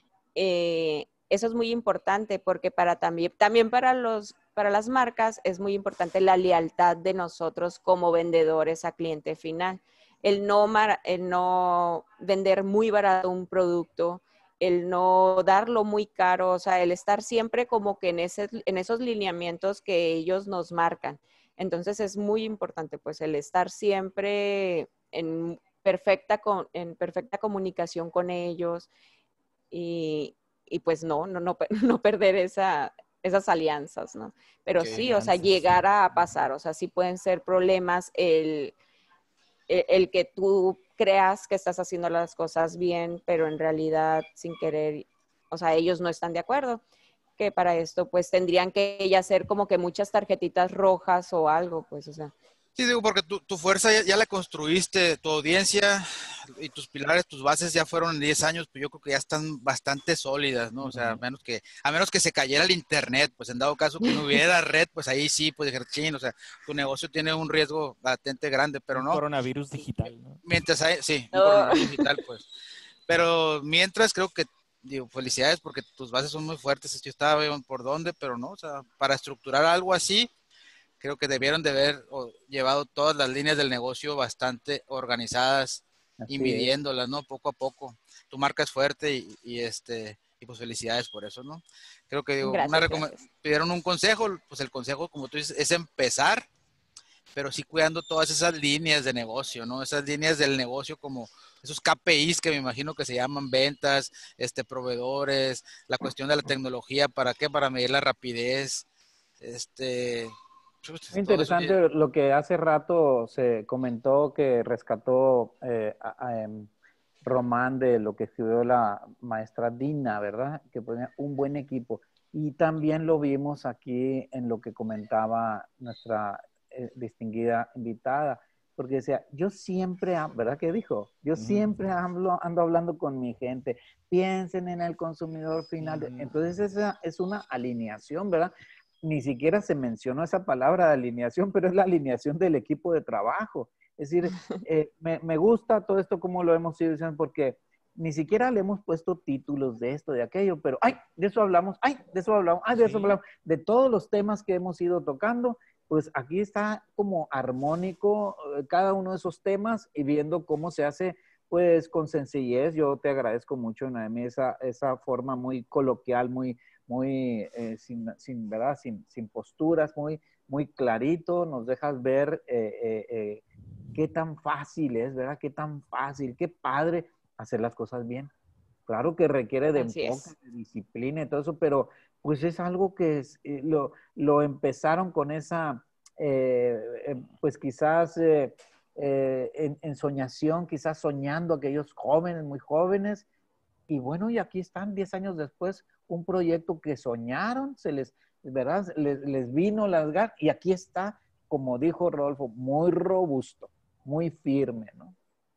eh, eso es muy importante porque para también, también para, los, para las marcas es muy importante la lealtad de nosotros como vendedores a cliente final. El no, mar, el no vender muy barato un producto, el no darlo muy caro, o sea, el estar siempre como que en, ese, en esos lineamientos que ellos nos marcan. Entonces es muy importante pues el estar siempre en perfecta, en perfecta comunicación con ellos, y, y pues no, no, no, no perder esa, esas alianzas, ¿no? Pero Qué sí, o sea, alianzas. llegar a pasar, o sea, sí pueden ser problemas el, el, el que tú creas que estás haciendo las cosas bien, pero en realidad sin querer, o sea, ellos no están de acuerdo, que para esto pues tendrían que ya hacer como que muchas tarjetitas rojas o algo, pues, o sea. Sí, digo, porque tu, tu fuerza ya, ya la construiste, tu audiencia y tus pilares, tus bases ya fueron en diez años, pues yo creo que ya están bastante sólidas, ¿no? O sea, a menos que, a menos que se cayera el internet, pues en dado caso que no hubiera red, pues ahí sí, pues dejar chin, o sea, tu negocio tiene un riesgo latente grande, pero Un no. coronavirus digital, ¿no? Mientras hay, sí, un No. coronavirus digital, pues. Pero mientras creo que, digo, felicidades porque tus bases son muy fuertes, yo estaba viendo por dónde, pero no, o sea, para estructurar algo así, creo que debieron de haber o, llevado todas las líneas del negocio bastante organizadas y Así es. midiéndolas, ¿no? Poco a poco. Tu marca es fuerte y, y este, y pues felicidades por eso, ¿no? Creo que digo, una Gracias, recome- gracias. pidieron un consejo, pues el consejo, como tú dices, es empezar, pero sí cuidando todas esas líneas de negocio, ¿no? Esas líneas del negocio como esos K P Is que me imagino que se llaman ventas, este, proveedores, la cuestión de la tecnología, ¿para qué? Para medir la rapidez, este, Muy todo eso. interesante lo que hace rato se comentó que rescató eh, a- a, em, Román de lo que escribió la maestra Dina, ¿verdad? Que ponía un buen equipo. Y también lo vimos aquí en lo que comentaba nuestra eh, distinguida invitada, porque decía, yo siempre, ha- ¿verdad que dijo? Yo siempre hablo, ando hablando con mi gente, piensen en el consumidor final. Ujú. Entonces esa es una alineación, ¿verdad? Ni siquiera se mencionó esa palabra de alineación, pero es la alineación del equipo de trabajo. Es decir, eh, me, me gusta todo esto como lo hemos ido diciendo, porque ni siquiera le hemos puesto títulos de esto, de aquello, pero ¡ay! De eso hablamos, ¡ay! De eso hablamos, ¡ay! De eso Sí. hablamos. De todos los temas que hemos ido tocando, pues aquí está como armónico eh, cada uno de esos temas y viendo cómo se hace, pues con sencillez. Yo te agradezco mucho, Noemi, esa, esa forma muy coloquial, muy muy eh, sin, sin, ¿verdad? Sin, sin posturas, muy, muy clarito, nos dejas ver eh, eh, eh, qué tan fácil es, ¿verdad? Qué tan fácil, qué padre hacer las cosas bien. Claro que requiere de Así enfoque, es. de disciplina y todo eso, pero pues es algo que es, eh, lo, lo empezaron con esa, eh, eh, pues quizás eh, eh, en, en soñación, quizás soñando aquellos jóvenes, muy jóvenes, y bueno, y aquí están diez años después, un proyecto que soñaron, se les, ¿verdad? Les, les vino las ganas, y aquí está, como dijo Rodolfo, muy robusto, muy firme, ¿no?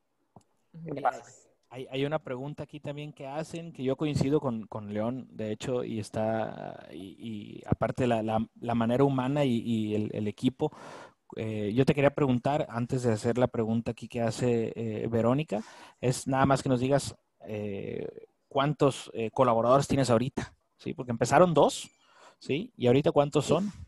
Qué padre. Yes. Hay, hay una pregunta aquí también que hacen, que yo coincido con, con León, de hecho, y está, y, y aparte la, la, la manera humana y, y el, el equipo, eh, yo te quería preguntar, antes de hacer la pregunta aquí que hace eh, Verónica, es nada más que nos digas eh, cuántos eh, colaboradores tienes ahorita, ¿sí? Porque empezaron dos, ¿sí? Y ahorita cuántos Sí. son.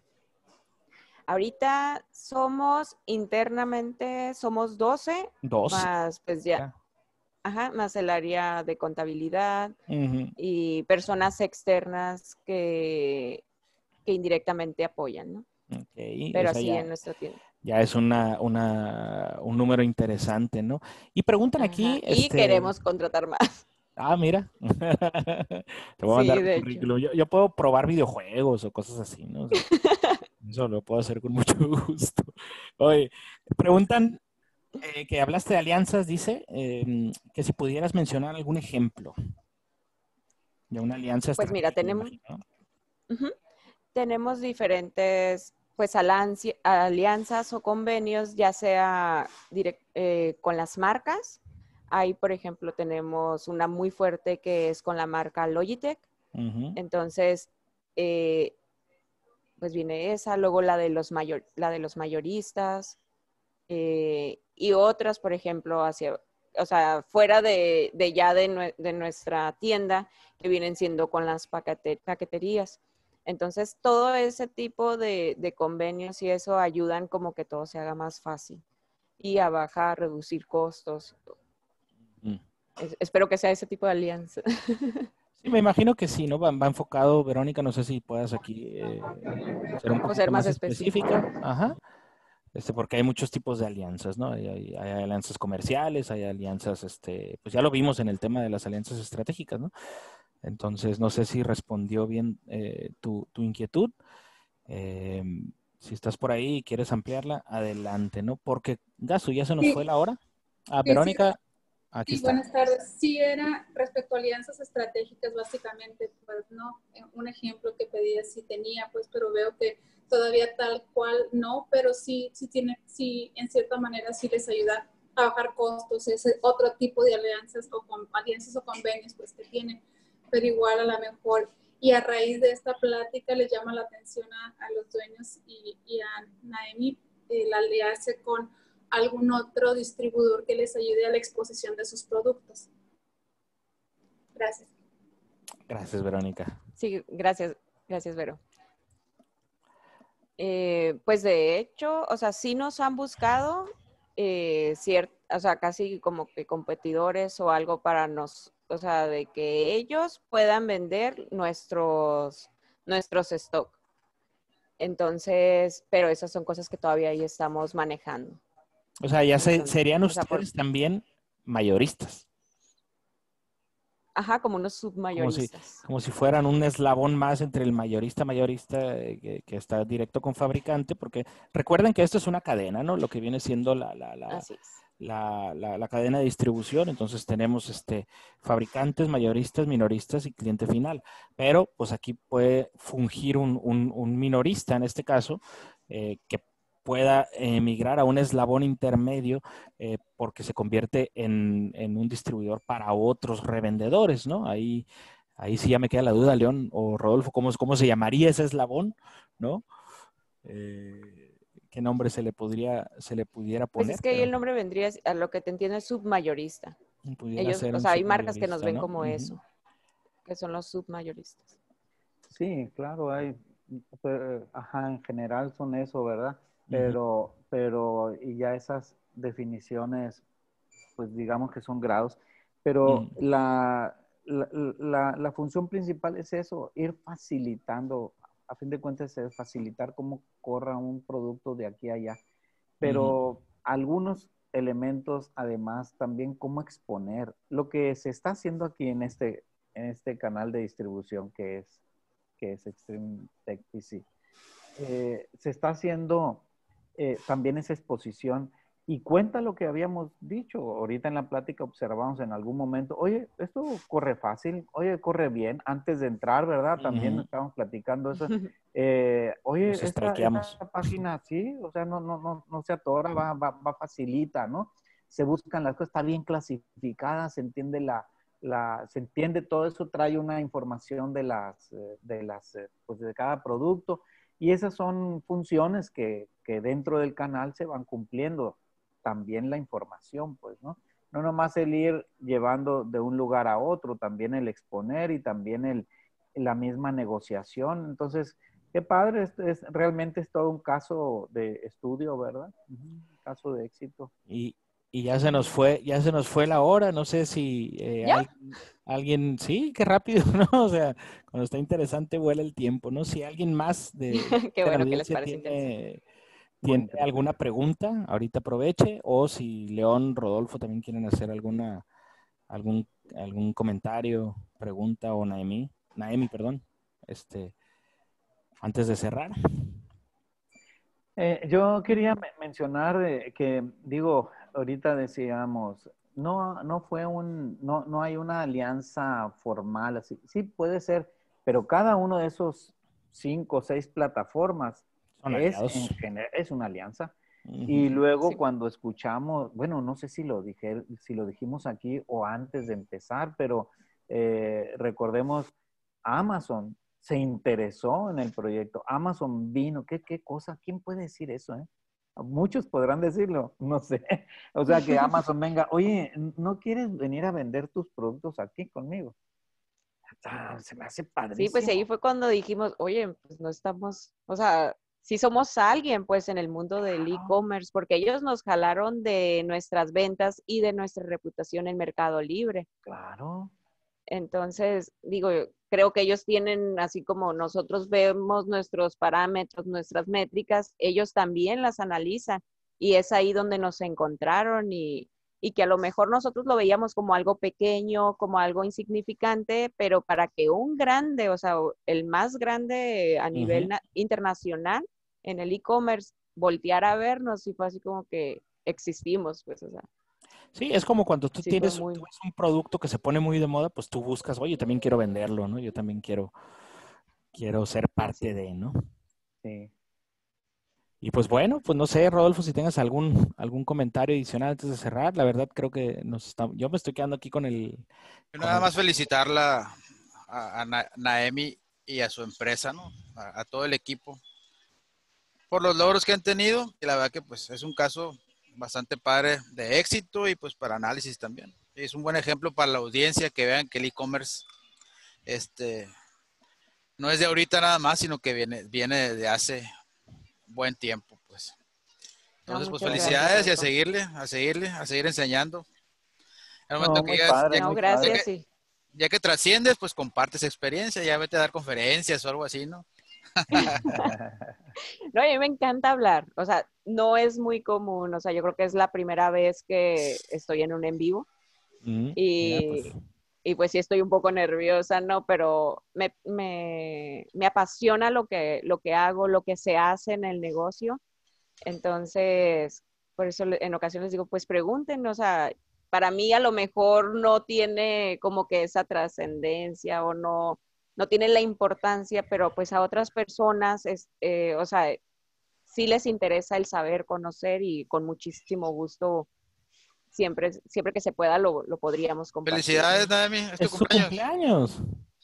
Ahorita somos internamente, somos doce, Dos. más pues ya, Ya. ajá, más el área de contabilidad Ujú. y personas externas que, que indirectamente apoyan, ¿no? Ok, o Pero sea, así ya, en nuestra tienda. ya es una, una, un número interesante, ¿no? Y preguntan Ajá. aquí, Y este, queremos contratar más. ah, mira, te voy a mandar Sí, mi de hecho. currículum. Yo, yo puedo probar videojuegos o cosas así, ¿no? O sea, eso lo puedo hacer con mucho gusto. Oye, preguntan eh, que hablaste de alianzas, dice, eh, que si pudieras mencionar algún ejemplo de una alianza Pues mira, estratégica, me tenemos, imagino, ¿no? ujú, tenemos diferentes pues alanci- alianzas o convenios, ya sea direct- eh, con las marcas. Ahí, por ejemplo, tenemos una muy fuerte que es con la marca Logitech. Ujú. Entonces, eh, pues viene esa, luego la de los, mayor, la de los mayoristas eh, y otras, por ejemplo, hacia, o sea, fuera de, de ya de, nue- de nuestra tienda, que vienen siendo con las paquete- paqueterías. Entonces, todo ese tipo de, de convenios y eso ayudan como que todo se haga más fácil y a bajar, reducir costos. Mm. Es- espero que sea ese tipo de alianza. Sí, me imagino que sí, ¿no? Va, va enfocado, Verónica, no sé si puedas aquí eh, ser un O ser poquito más más específico. específica. Ajá. Este, porque hay muchos tipos de alianzas, ¿no? Hay, hay- hay alianzas comerciales, hay alianzas, este, pues ya lo vimos en el tema de las alianzas estratégicas, ¿no? Entonces, no sé si respondió bien eh, tu, tu inquietud. Eh, si estás por ahí y quieres ampliarla, adelante, ¿no? Porque, Gasu, ya se nos fue Sí, la hora. Ah, sí, sí, Verónica, aquí sí, está. buenas tardes. Sí, era respecto a alianzas estratégicas, básicamente, pues, ¿no? Un ejemplo que pedía si tenía, pues, pero veo que todavía tal cual no, pero sí, sí tiene, sí, en cierta manera sí les ayuda a bajar costos, ese otro tipo de alianzas o con alianzas o convenios, pues, que tienen, pero igual a lo mejor. Y a raíz de esta plática les llama la atención a, a los dueños y, y a Naemi el aliarse con algún otro distribuidor que les ayude a la exposición de sus productos. Gracias. Gracias, Verónica. Sí, gracias, gracias, Vero. Eh, pues de hecho, o sea, sí nos han buscado, eh, ciert, o sea, casi como que competidores o algo para nos, o sea, de que ellos puedan vender nuestros, nuestros stock. Entonces, pero esas son cosas que todavía ahí estamos manejando. O sea, ya se, Entonces, serían o sea, por, ustedes también mayoristas. ajá, como unos Como si, submayoristas. como si fueran un eslabón más entre el mayorista mayorista eh, que, que está directo con fabricante, porque recuerden que esto es una cadena, ¿no? Lo que viene siendo la, la, la, Así es. la, la, la cadena de distribución. Entonces tenemos este, fabricantes, mayoristas, minoristas y cliente final. Pero pues aquí puede fungir un, un, un minorista en este caso, eh, que pueda emigrar a un eslabón intermedio eh, porque se convierte en, en, un distribuidor para otros revendedores, ¿no? Ahí, ahí sí ya me queda la duda, León o Rodolfo, ¿cómo, cómo se llamaría ese eslabón, ¿no? Eh, ¿Qué nombre se le, podría, se le pudiera Pues poner? es que ahí Pero el nombre vendría, a lo que te entiendo, es submayorista. pudiera Ellos, ser o un sea, hay marcas que nos submayorista, ven ¿no? como Uh-huh. eso, que son los submayoristas. Sí, claro, hay, pues, ajá, en general son eso, ¿verdad? Pero, uh-huh. pero, y ya esas definiciones, pues digamos que son grados, pero uh-huh. la, la, la, la función principal es eso, ir facilitando, a fin de cuentas es facilitar cómo corra un producto de aquí a allá, pero uh-huh. algunos elementos, además, también cómo exponer lo que se está haciendo aquí en este, en este canal de distribución que es que es Extreme Tech P C. Eh, se está haciendo eh, también esa exposición y cuenta lo que habíamos dicho. Ahorita en la plática observamos en algún momento, oye, esto corre fácil, oye, corre bien, antes de entrar, ¿verdad? También uh-huh. estábamos platicando eso. Eh, oye, esta, esta página, sí, o sea, no, no, no, no se atora, va, va, va facilita, ¿no? Se buscan las cosas, está bien clasificada, se entiende la, La, se entiende todo eso, trae una información de las, de las, pues de cada producto y esas son funciones que, que dentro del canal se van cumpliendo. También la información, pues, ¿no? No nomás el ir llevando de un lugar a otro, también el exponer y también el, la misma negociación. Entonces, qué padre, es, es, realmente es todo un caso de estudio, ¿verdad? Un caso de éxito. Y, Y ya se nos fue, ya se nos fue la hora. No sé si eh, al, alguien, sí, qué rápido, ¿no? O sea, cuando está interesante vuela el tiempo, ¿no? Si alguien más de, qué de bueno la que les audiencia parece tiene, tiene alguna pregunta, ahorita aproveche. O si León, Rodolfo también quieren hacer alguna, algún, algún comentario, pregunta, o Naemi, Naemi, perdón, este, antes de cerrar. Eh, yo quería mencionar eh, que, digo, ahorita decíamos, no, no fue un, no, no hay una alianza formal, así. Sí puede ser, pero cada uno de esos cinco o seis plataformas Son es, aliados. en general, es una alianza. Uh-huh. Y luego Sí. cuando escuchamos, bueno, no sé si lo dije, si lo dijimos aquí o antes de empezar, pero eh, recordemos Amazon se interesó en el proyecto. Amazon vino. ¿Qué, qué cosa? ¿Quién puede decir eso? Eh? Muchos podrán decirlo, no sé. O sea, que Amazon venga, oye, ¿no quieres venir a vender tus productos aquí conmigo? Ah, se me hace padrísimo. Sí, pues ahí fue cuando dijimos, oye, pues no estamos, o sea, sí somos alguien pues en el mundo del e-commerce, porque ellos nos jalaron de nuestras ventas y de nuestra reputación en Mercado Libre. Claro. Entonces, digo, creo que ellos tienen, así como nosotros vemos nuestros parámetros, nuestras métricas, ellos también las analizan y es ahí donde nos encontraron y, y que a lo mejor nosotros lo veíamos como algo pequeño, como algo insignificante, pero para que un grande, o sea, el más grande a nivel uh-huh. internacional en el e-commerce volteara a vernos y fue así como que existimos, pues, o sea. Sí, es como cuando tú sí, tienes muy... tú ves un producto que se pone muy de moda, pues tú buscas, oye, también quiero venderlo, ¿no? Yo también quiero, quiero ser parte de, ¿no? Sí. Y pues bueno, pues no sé, Rodolfo, si tengas algún algún comentario adicional antes de cerrar. La verdad creo que nos está, yo me estoy quedando aquí con el... Con Nada el... más felicitarla a, a Na, Naemi y a su empresa, ¿no? A, a todo el equipo por los logros que han tenido, y la verdad que pues es un caso bastante padre de éxito y pues para análisis también. Y es un buen ejemplo para la audiencia que vean que el e-commerce este, no es de ahorita nada más, sino que viene, viene de hace buen tiempo, pues. Entonces, no, pues felicidades gracias, y a seguirle, a seguirle, a seguir enseñando. El momento no, que muy ya, padre, ya, muy gracias, padre. sí. Ya que trasciendes, pues compartes experiencia, ya vete a dar conferencias o algo así, ¿no? No, a mí me encanta hablar, o sea, no es muy común, o sea, yo creo que es la primera vez que estoy en un en vivo mm, y, pues. y pues sí estoy un poco nerviosa, ¿no? Pero me, me, me apasiona lo que, lo que hago, lo que se hace en el negocio, entonces, por eso en ocasiones digo, pues pregunten, o sea, para mí a lo mejor no tiene como que esa trascendencia o no, no tiene la importancia, pero pues a otras personas, es, eh, o sea, sí les interesa el saber, conocer y con muchísimo gusto, siempre, siempre que se pueda lo, lo podríamos compartir. Felicidades, Naemi, es tu ¿Es cumpleaños? cumpleaños?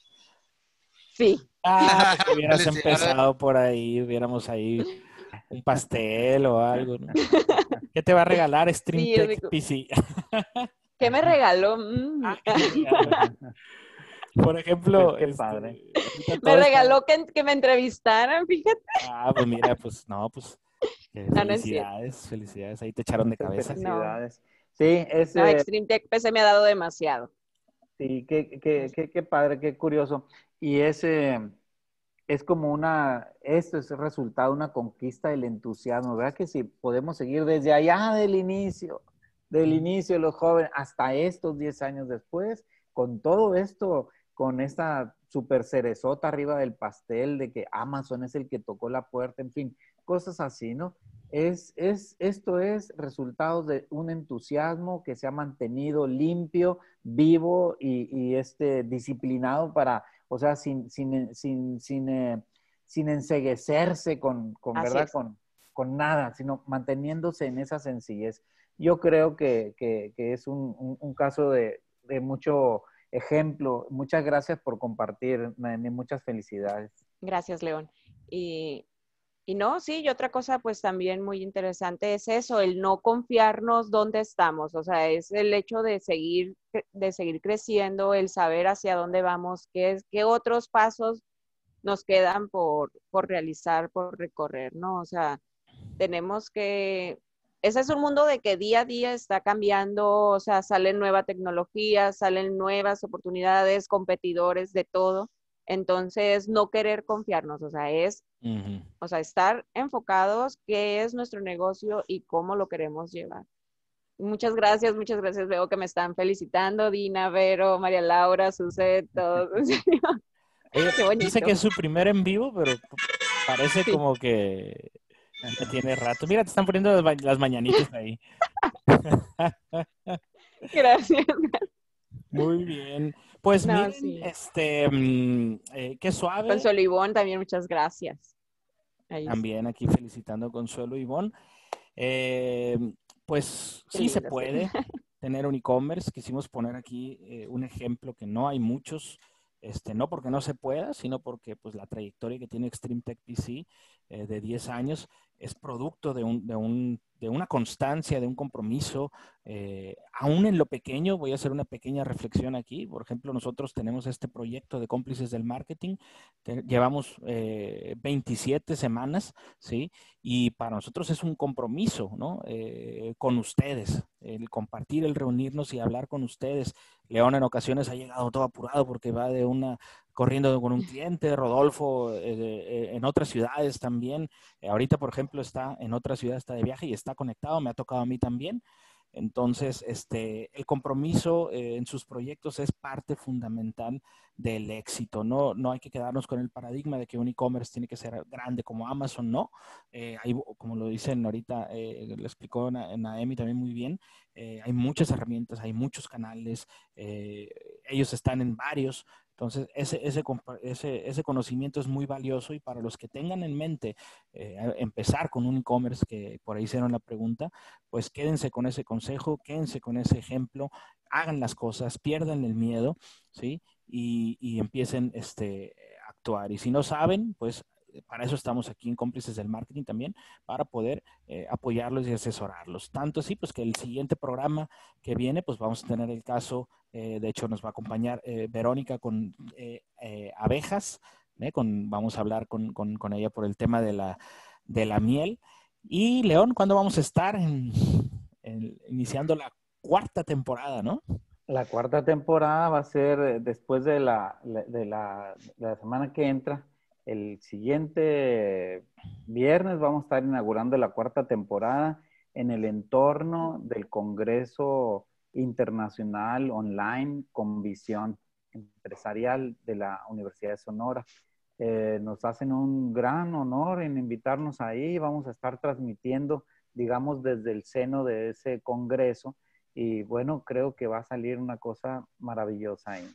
Sí. Ah, pues hubieras empezado por ahí, hubiéramos ahí un pastel o algo, ¿no? ¿Qué te va a regalar Stream sí, Tech P C? ¿Qué me regaló? Mm. Ah, ¿qué regaló? Por ejemplo, pues qué este, padre. Me regaló está... que, que me entrevistaran, fíjate. Ah, pues mira, pues no, pues eh, no, felicidades, no felicidades, ahí te echaron de cabeza. Felicidades. No. Sí, es... No, Extreme Tech P C me ha dado demasiado. Sí, qué, qué, qué, qué padre, qué curioso. Y ese... Eh, es como una, esto es el resultado de una conquista del entusiasmo, ¿verdad? Que si podemos seguir desde allá del inicio, del inicio de los jóvenes, hasta estos diez años después, con todo esto, con esta super cerezota arriba del pastel de que Amazon es el que tocó la puerta, en fin, cosas así, ¿no? Es, es, esto es resultado de un entusiasmo que se ha mantenido limpio, vivo y, y este, disciplinado para... O sea, sin, sin, sin, sin, eh, sin enceguecerse con, con ¿verdad? Con, con nada, sino manteniéndose en esa sencillez. Yo creo que, que, que es un, un, un caso de, de mucho ejemplo. Muchas gracias por compartir, Naemi, muchas felicidades. Gracias, León. Y, y no, sí, y otra cosa pues también muy interesante es eso, el no confiarnos dónde estamos, o sea, es el hecho de seguir, de seguir creciendo, el saber hacia dónde vamos, qué, qué otros pasos nos quedan por, por realizar, por recorrer, ¿no? O sea, tenemos que, ese es un mundo de que día a día está cambiando, o sea, salen nueva tecnología, salen nuevas oportunidades, competidores, de todo. Entonces, no querer confiarnos, o sea, es, uh-huh. o sea, estar enfocados qué es nuestro negocio y cómo lo queremos llevar. Muchas gracias, muchas gracias. Veo que me están felicitando, Dina, Vero, María Laura, Suset, todos. Oye, dice que es su primer en vivo, pero parece sí. como que ya tiene rato. Mira, te están poniendo las, las mañanitas ahí. Gracias. Muy bien. Pues no, miren, sí. este, um, eh, qué suave. Consuelo Ivonne, también muchas gracias. Ahí también aquí felicitando a Consuelo Ivonne. Eh, pues qué sí lindo, se puede sí. tener un e-commerce. Quisimos poner aquí eh, un ejemplo que no hay muchos, este, no porque no se pueda, sino porque pues la trayectoria que tiene Extreme Tech P C eh, de diez años es producto de, un, de, un, de una constancia, de un compromiso, eh, aún en lo pequeño. Voy a hacer una pequeña reflexión aquí. Por ejemplo, nosotros tenemos este proyecto de cómplices del marketing, Te, llevamos eh, veintisiete semanas, ¿sí? Y para nosotros es un compromiso, ¿no? Eh, con ustedes, el compartir, el reunirnos y hablar con ustedes. León en ocasiones ha llegado todo apurado porque va de una... corriendo con un cliente, Rodolfo eh, eh, en otras ciudades también. Eh, ahorita, por ejemplo, está en otra ciudad, está de viaje y está conectado, me ha tocado a mí también. Entonces, este, el compromiso eh, en sus proyectos es parte fundamental del éxito. No, no hay que quedarnos con el paradigma de que un e-commerce tiene que ser grande como Amazon, no. Eh, hay, como lo dicen ahorita, eh, lo explicó Na Naemi también muy bien, eh, hay muchas herramientas, hay muchos canales, eh, ellos están en varios. Entonces, ese, ese, ese, ese conocimiento es muy valioso y para los que tengan en mente eh, empezar con un e-commerce, que por ahí hicieron la pregunta, pues quédense con ese consejo, quédense con ese ejemplo, hagan las cosas, pierdan el miedo, ¿sí? Y, y empiecen este, a actuar. Y si no saben, pues para eso estamos aquí en Cómplices del Marketing también, para poder eh, apoyarlos y asesorarlos. Tanto así, pues que el siguiente programa que viene, pues vamos a tener el caso, eh, de hecho nos va a acompañar eh, Verónica con eh, eh, abejas, ¿eh? con, vamos a hablar con, con, con ella por el tema de la, de la miel. Y León, ¿cuándo vamos a estar en, en, iniciando la cuarta temporada, no? La cuarta temporada va a ser después de la, de la, de la semana que entra. El siguiente viernes vamos a estar inaugurando la cuarta temporada en el entorno del Congreso Internacional Online con Visión Empresarial de la Universidad de Sonora. Eh, nos hacen un gran honor en invitarnos ahí. Vamos a estar transmitiendo, digamos, desde el seno de ese congreso. Y bueno, creo que va a salir una cosa maravillosa ahí.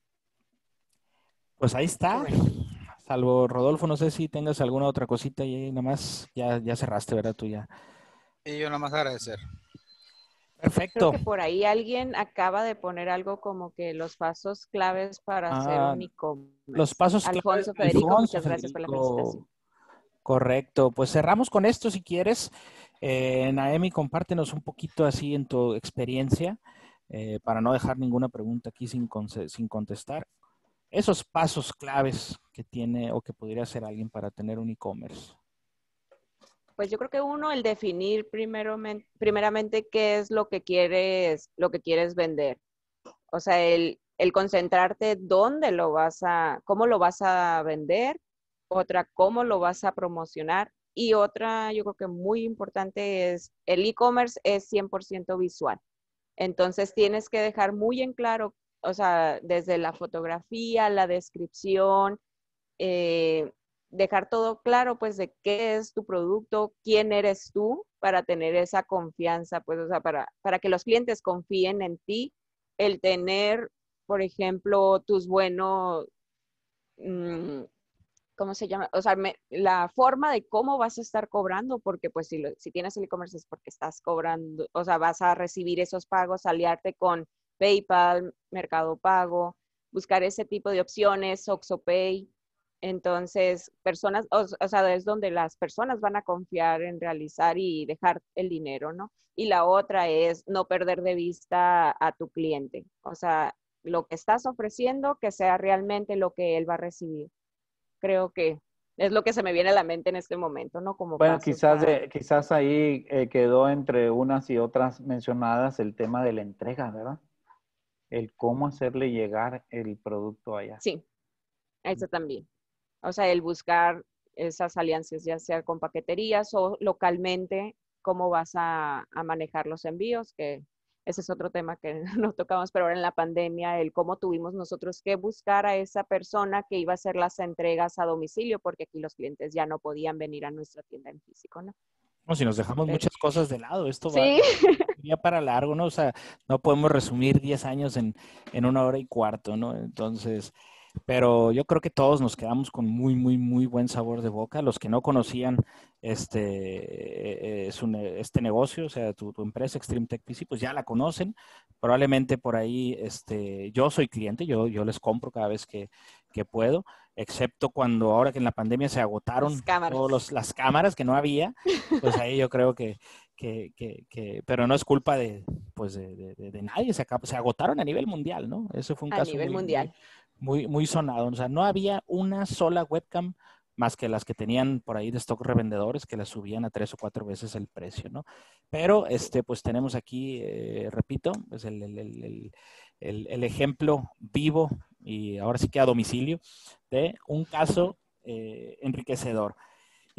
Pues ahí está. Bueno. Salvo Rodolfo, no sé si tengas alguna otra cosita y ahí nada más ya, ya cerraste, ¿verdad? Tú ya. Y yo nada más agradecer. Perfecto. Creo que por ahí alguien acaba de poner algo como que los pasos claves para ah, hacer un e-commerce. Los pasos Alfonso claves. Federico, Alfonso muchas gracias Federico. por la felicitación. Correcto. Pues cerramos con esto si quieres. Eh, Naemi, compártenos un poquito así en tu experiencia eh, para no dejar ninguna pregunta aquí sin, sin contestar. Esos pasos claves que tiene o que podría hacer alguien para tener un e-commerce. Pues yo creo que uno, el definir primero, primeramente qué es lo que quieres, lo que quieres vender. O sea, el, el concentrarte dónde lo vas a, cómo lo vas a vender, otra, cómo lo vas a promocionar, y otra, yo creo que muy importante es, el e-commerce es cien por ciento visual. Entonces tienes que dejar muy en claro, o sea, desde la fotografía, la descripción, eh, dejar todo claro, pues, de qué es tu producto, quién eres tú, para tener esa confianza, pues, o sea, para, para que los clientes confíen en ti, el tener, por ejemplo, tus buenos, mmm, ¿cómo se llama? O sea, me, la forma de cómo vas a estar cobrando, porque pues si, lo, si tienes el e-commerce es porque estás cobrando, o sea, vas a recibir esos pagos, aliarte con PayPal, Mercado Pago, buscar ese tipo de opciones, OxxoPay. Entonces, personas, o, o sea, es donde las personas van a confiar en realizar y dejar el dinero, ¿no? Y la otra es no perder de vista a tu cliente. O sea, lo que estás ofreciendo, que sea realmente lo que él va a recibir. Creo que es lo que se me viene a la mente en este momento, ¿no? Como Bueno, pasos quizás, para... de, quizás ahí eh, quedó entre unas y otras mencionadas el tema de la entrega, ¿verdad? El cómo hacerle llegar el producto allá. Sí, eso también. O sea, el buscar esas alianzas, ya sea con paqueterías o localmente, cómo vas a, a manejar los envíos, que ese es otro tema que no tocamos, pero ahora en la pandemia, el cómo tuvimos nosotros que buscar a esa persona que iba a hacer las entregas a domicilio, porque aquí los clientes ya no podían venir a nuestra tienda en físico, ¿no? No, si nos dejamos Pero, muchas cosas de lado, esto va sí. ya para largo, ¿no? O sea, no podemos resumir diez años en, en una hora y cuarto, ¿no? Entonces, pero yo creo que todos nos quedamos con muy, muy, muy buen sabor de boca. Los que no conocían este, es un, este negocio, o sea, tu, tu empresa Extreme Tech P C, pues ya la conocen. Probablemente por ahí, este, yo soy cliente, yo, yo les compro cada vez que, que puedo, excepto cuando ahora que en la pandemia se agotaron todas las cámaras que no había, pues ahí yo creo que, que, que, que pero no es culpa de, pues de, de, de nadie, se, se agotaron a nivel mundial, ¿no? Ese fue un a caso nivel muy, mundial. Muy, muy, muy sonado. O sea, no había una sola webcam más que las que tenían por ahí de stock revendedores que las subían a tres o cuatro veces el precio, ¿no? Pero, este, pues tenemos aquí, eh, repito, pues el, el, el, el, el ejemplo vivo y ahora sí que a domicilio de un caso eh, enriquecedor.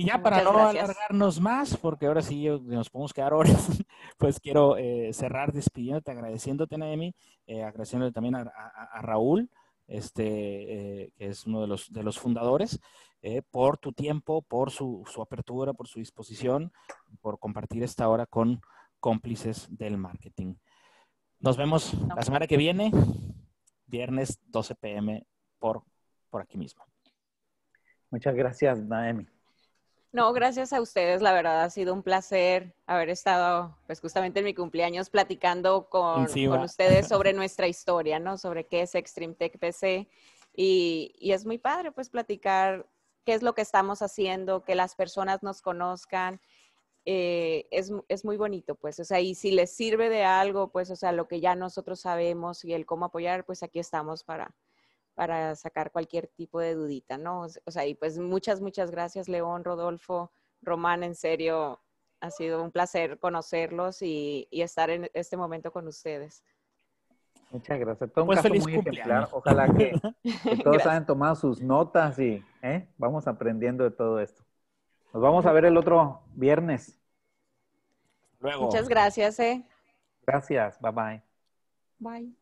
Y ya para Muchas no gracias. alargarnos más, porque ahora sí yo- nos podemos quedar horas, pues quiero eh, cerrar despidiéndote, agradeciéndote, Naemi, eh, agradeciéndote también a, a- a Raúl, este, eh, que es uno de los, de los fundadores, eh, por tu tiempo, por su, su apertura, por su disposición, por compartir esta hora con cómplices del marketing. Nos vemos No. la semana que viene, viernes doce p m por, por aquí mismo. Muchas gracias, Naemi. No, gracias a ustedes, la verdad ha sido un placer haber estado, pues justamente en mi cumpleaños, platicando con, Encima. con ustedes sobre nuestra historia, ¿no? Sobre qué es Extreme Tech P C. Y, y es muy padre, pues, platicar qué es lo que estamos haciendo, que las personas nos conozcan. Eh, es, es muy bonito, pues, o sea, y si les sirve de algo, pues, o sea, lo que ya nosotros sabemos y el cómo apoyar, pues aquí estamos para, para sacar cualquier tipo de dudita, ¿no? O sea, y pues muchas, muchas gracias, León, Rodolfo, Román, en serio, ha sido un placer conocerlos y, y estar en este momento con ustedes. Muchas gracias. Todo un Pues caso feliz muy ejemplar. cumpleaños. Ojalá que, que todos Gracias. hayan tomado sus notas y ¿eh? vamos aprendiendo de todo esto. Nos vamos a ver el otro viernes. Luego. Muchas gracias, eh. Gracias. Bye bye. Bye.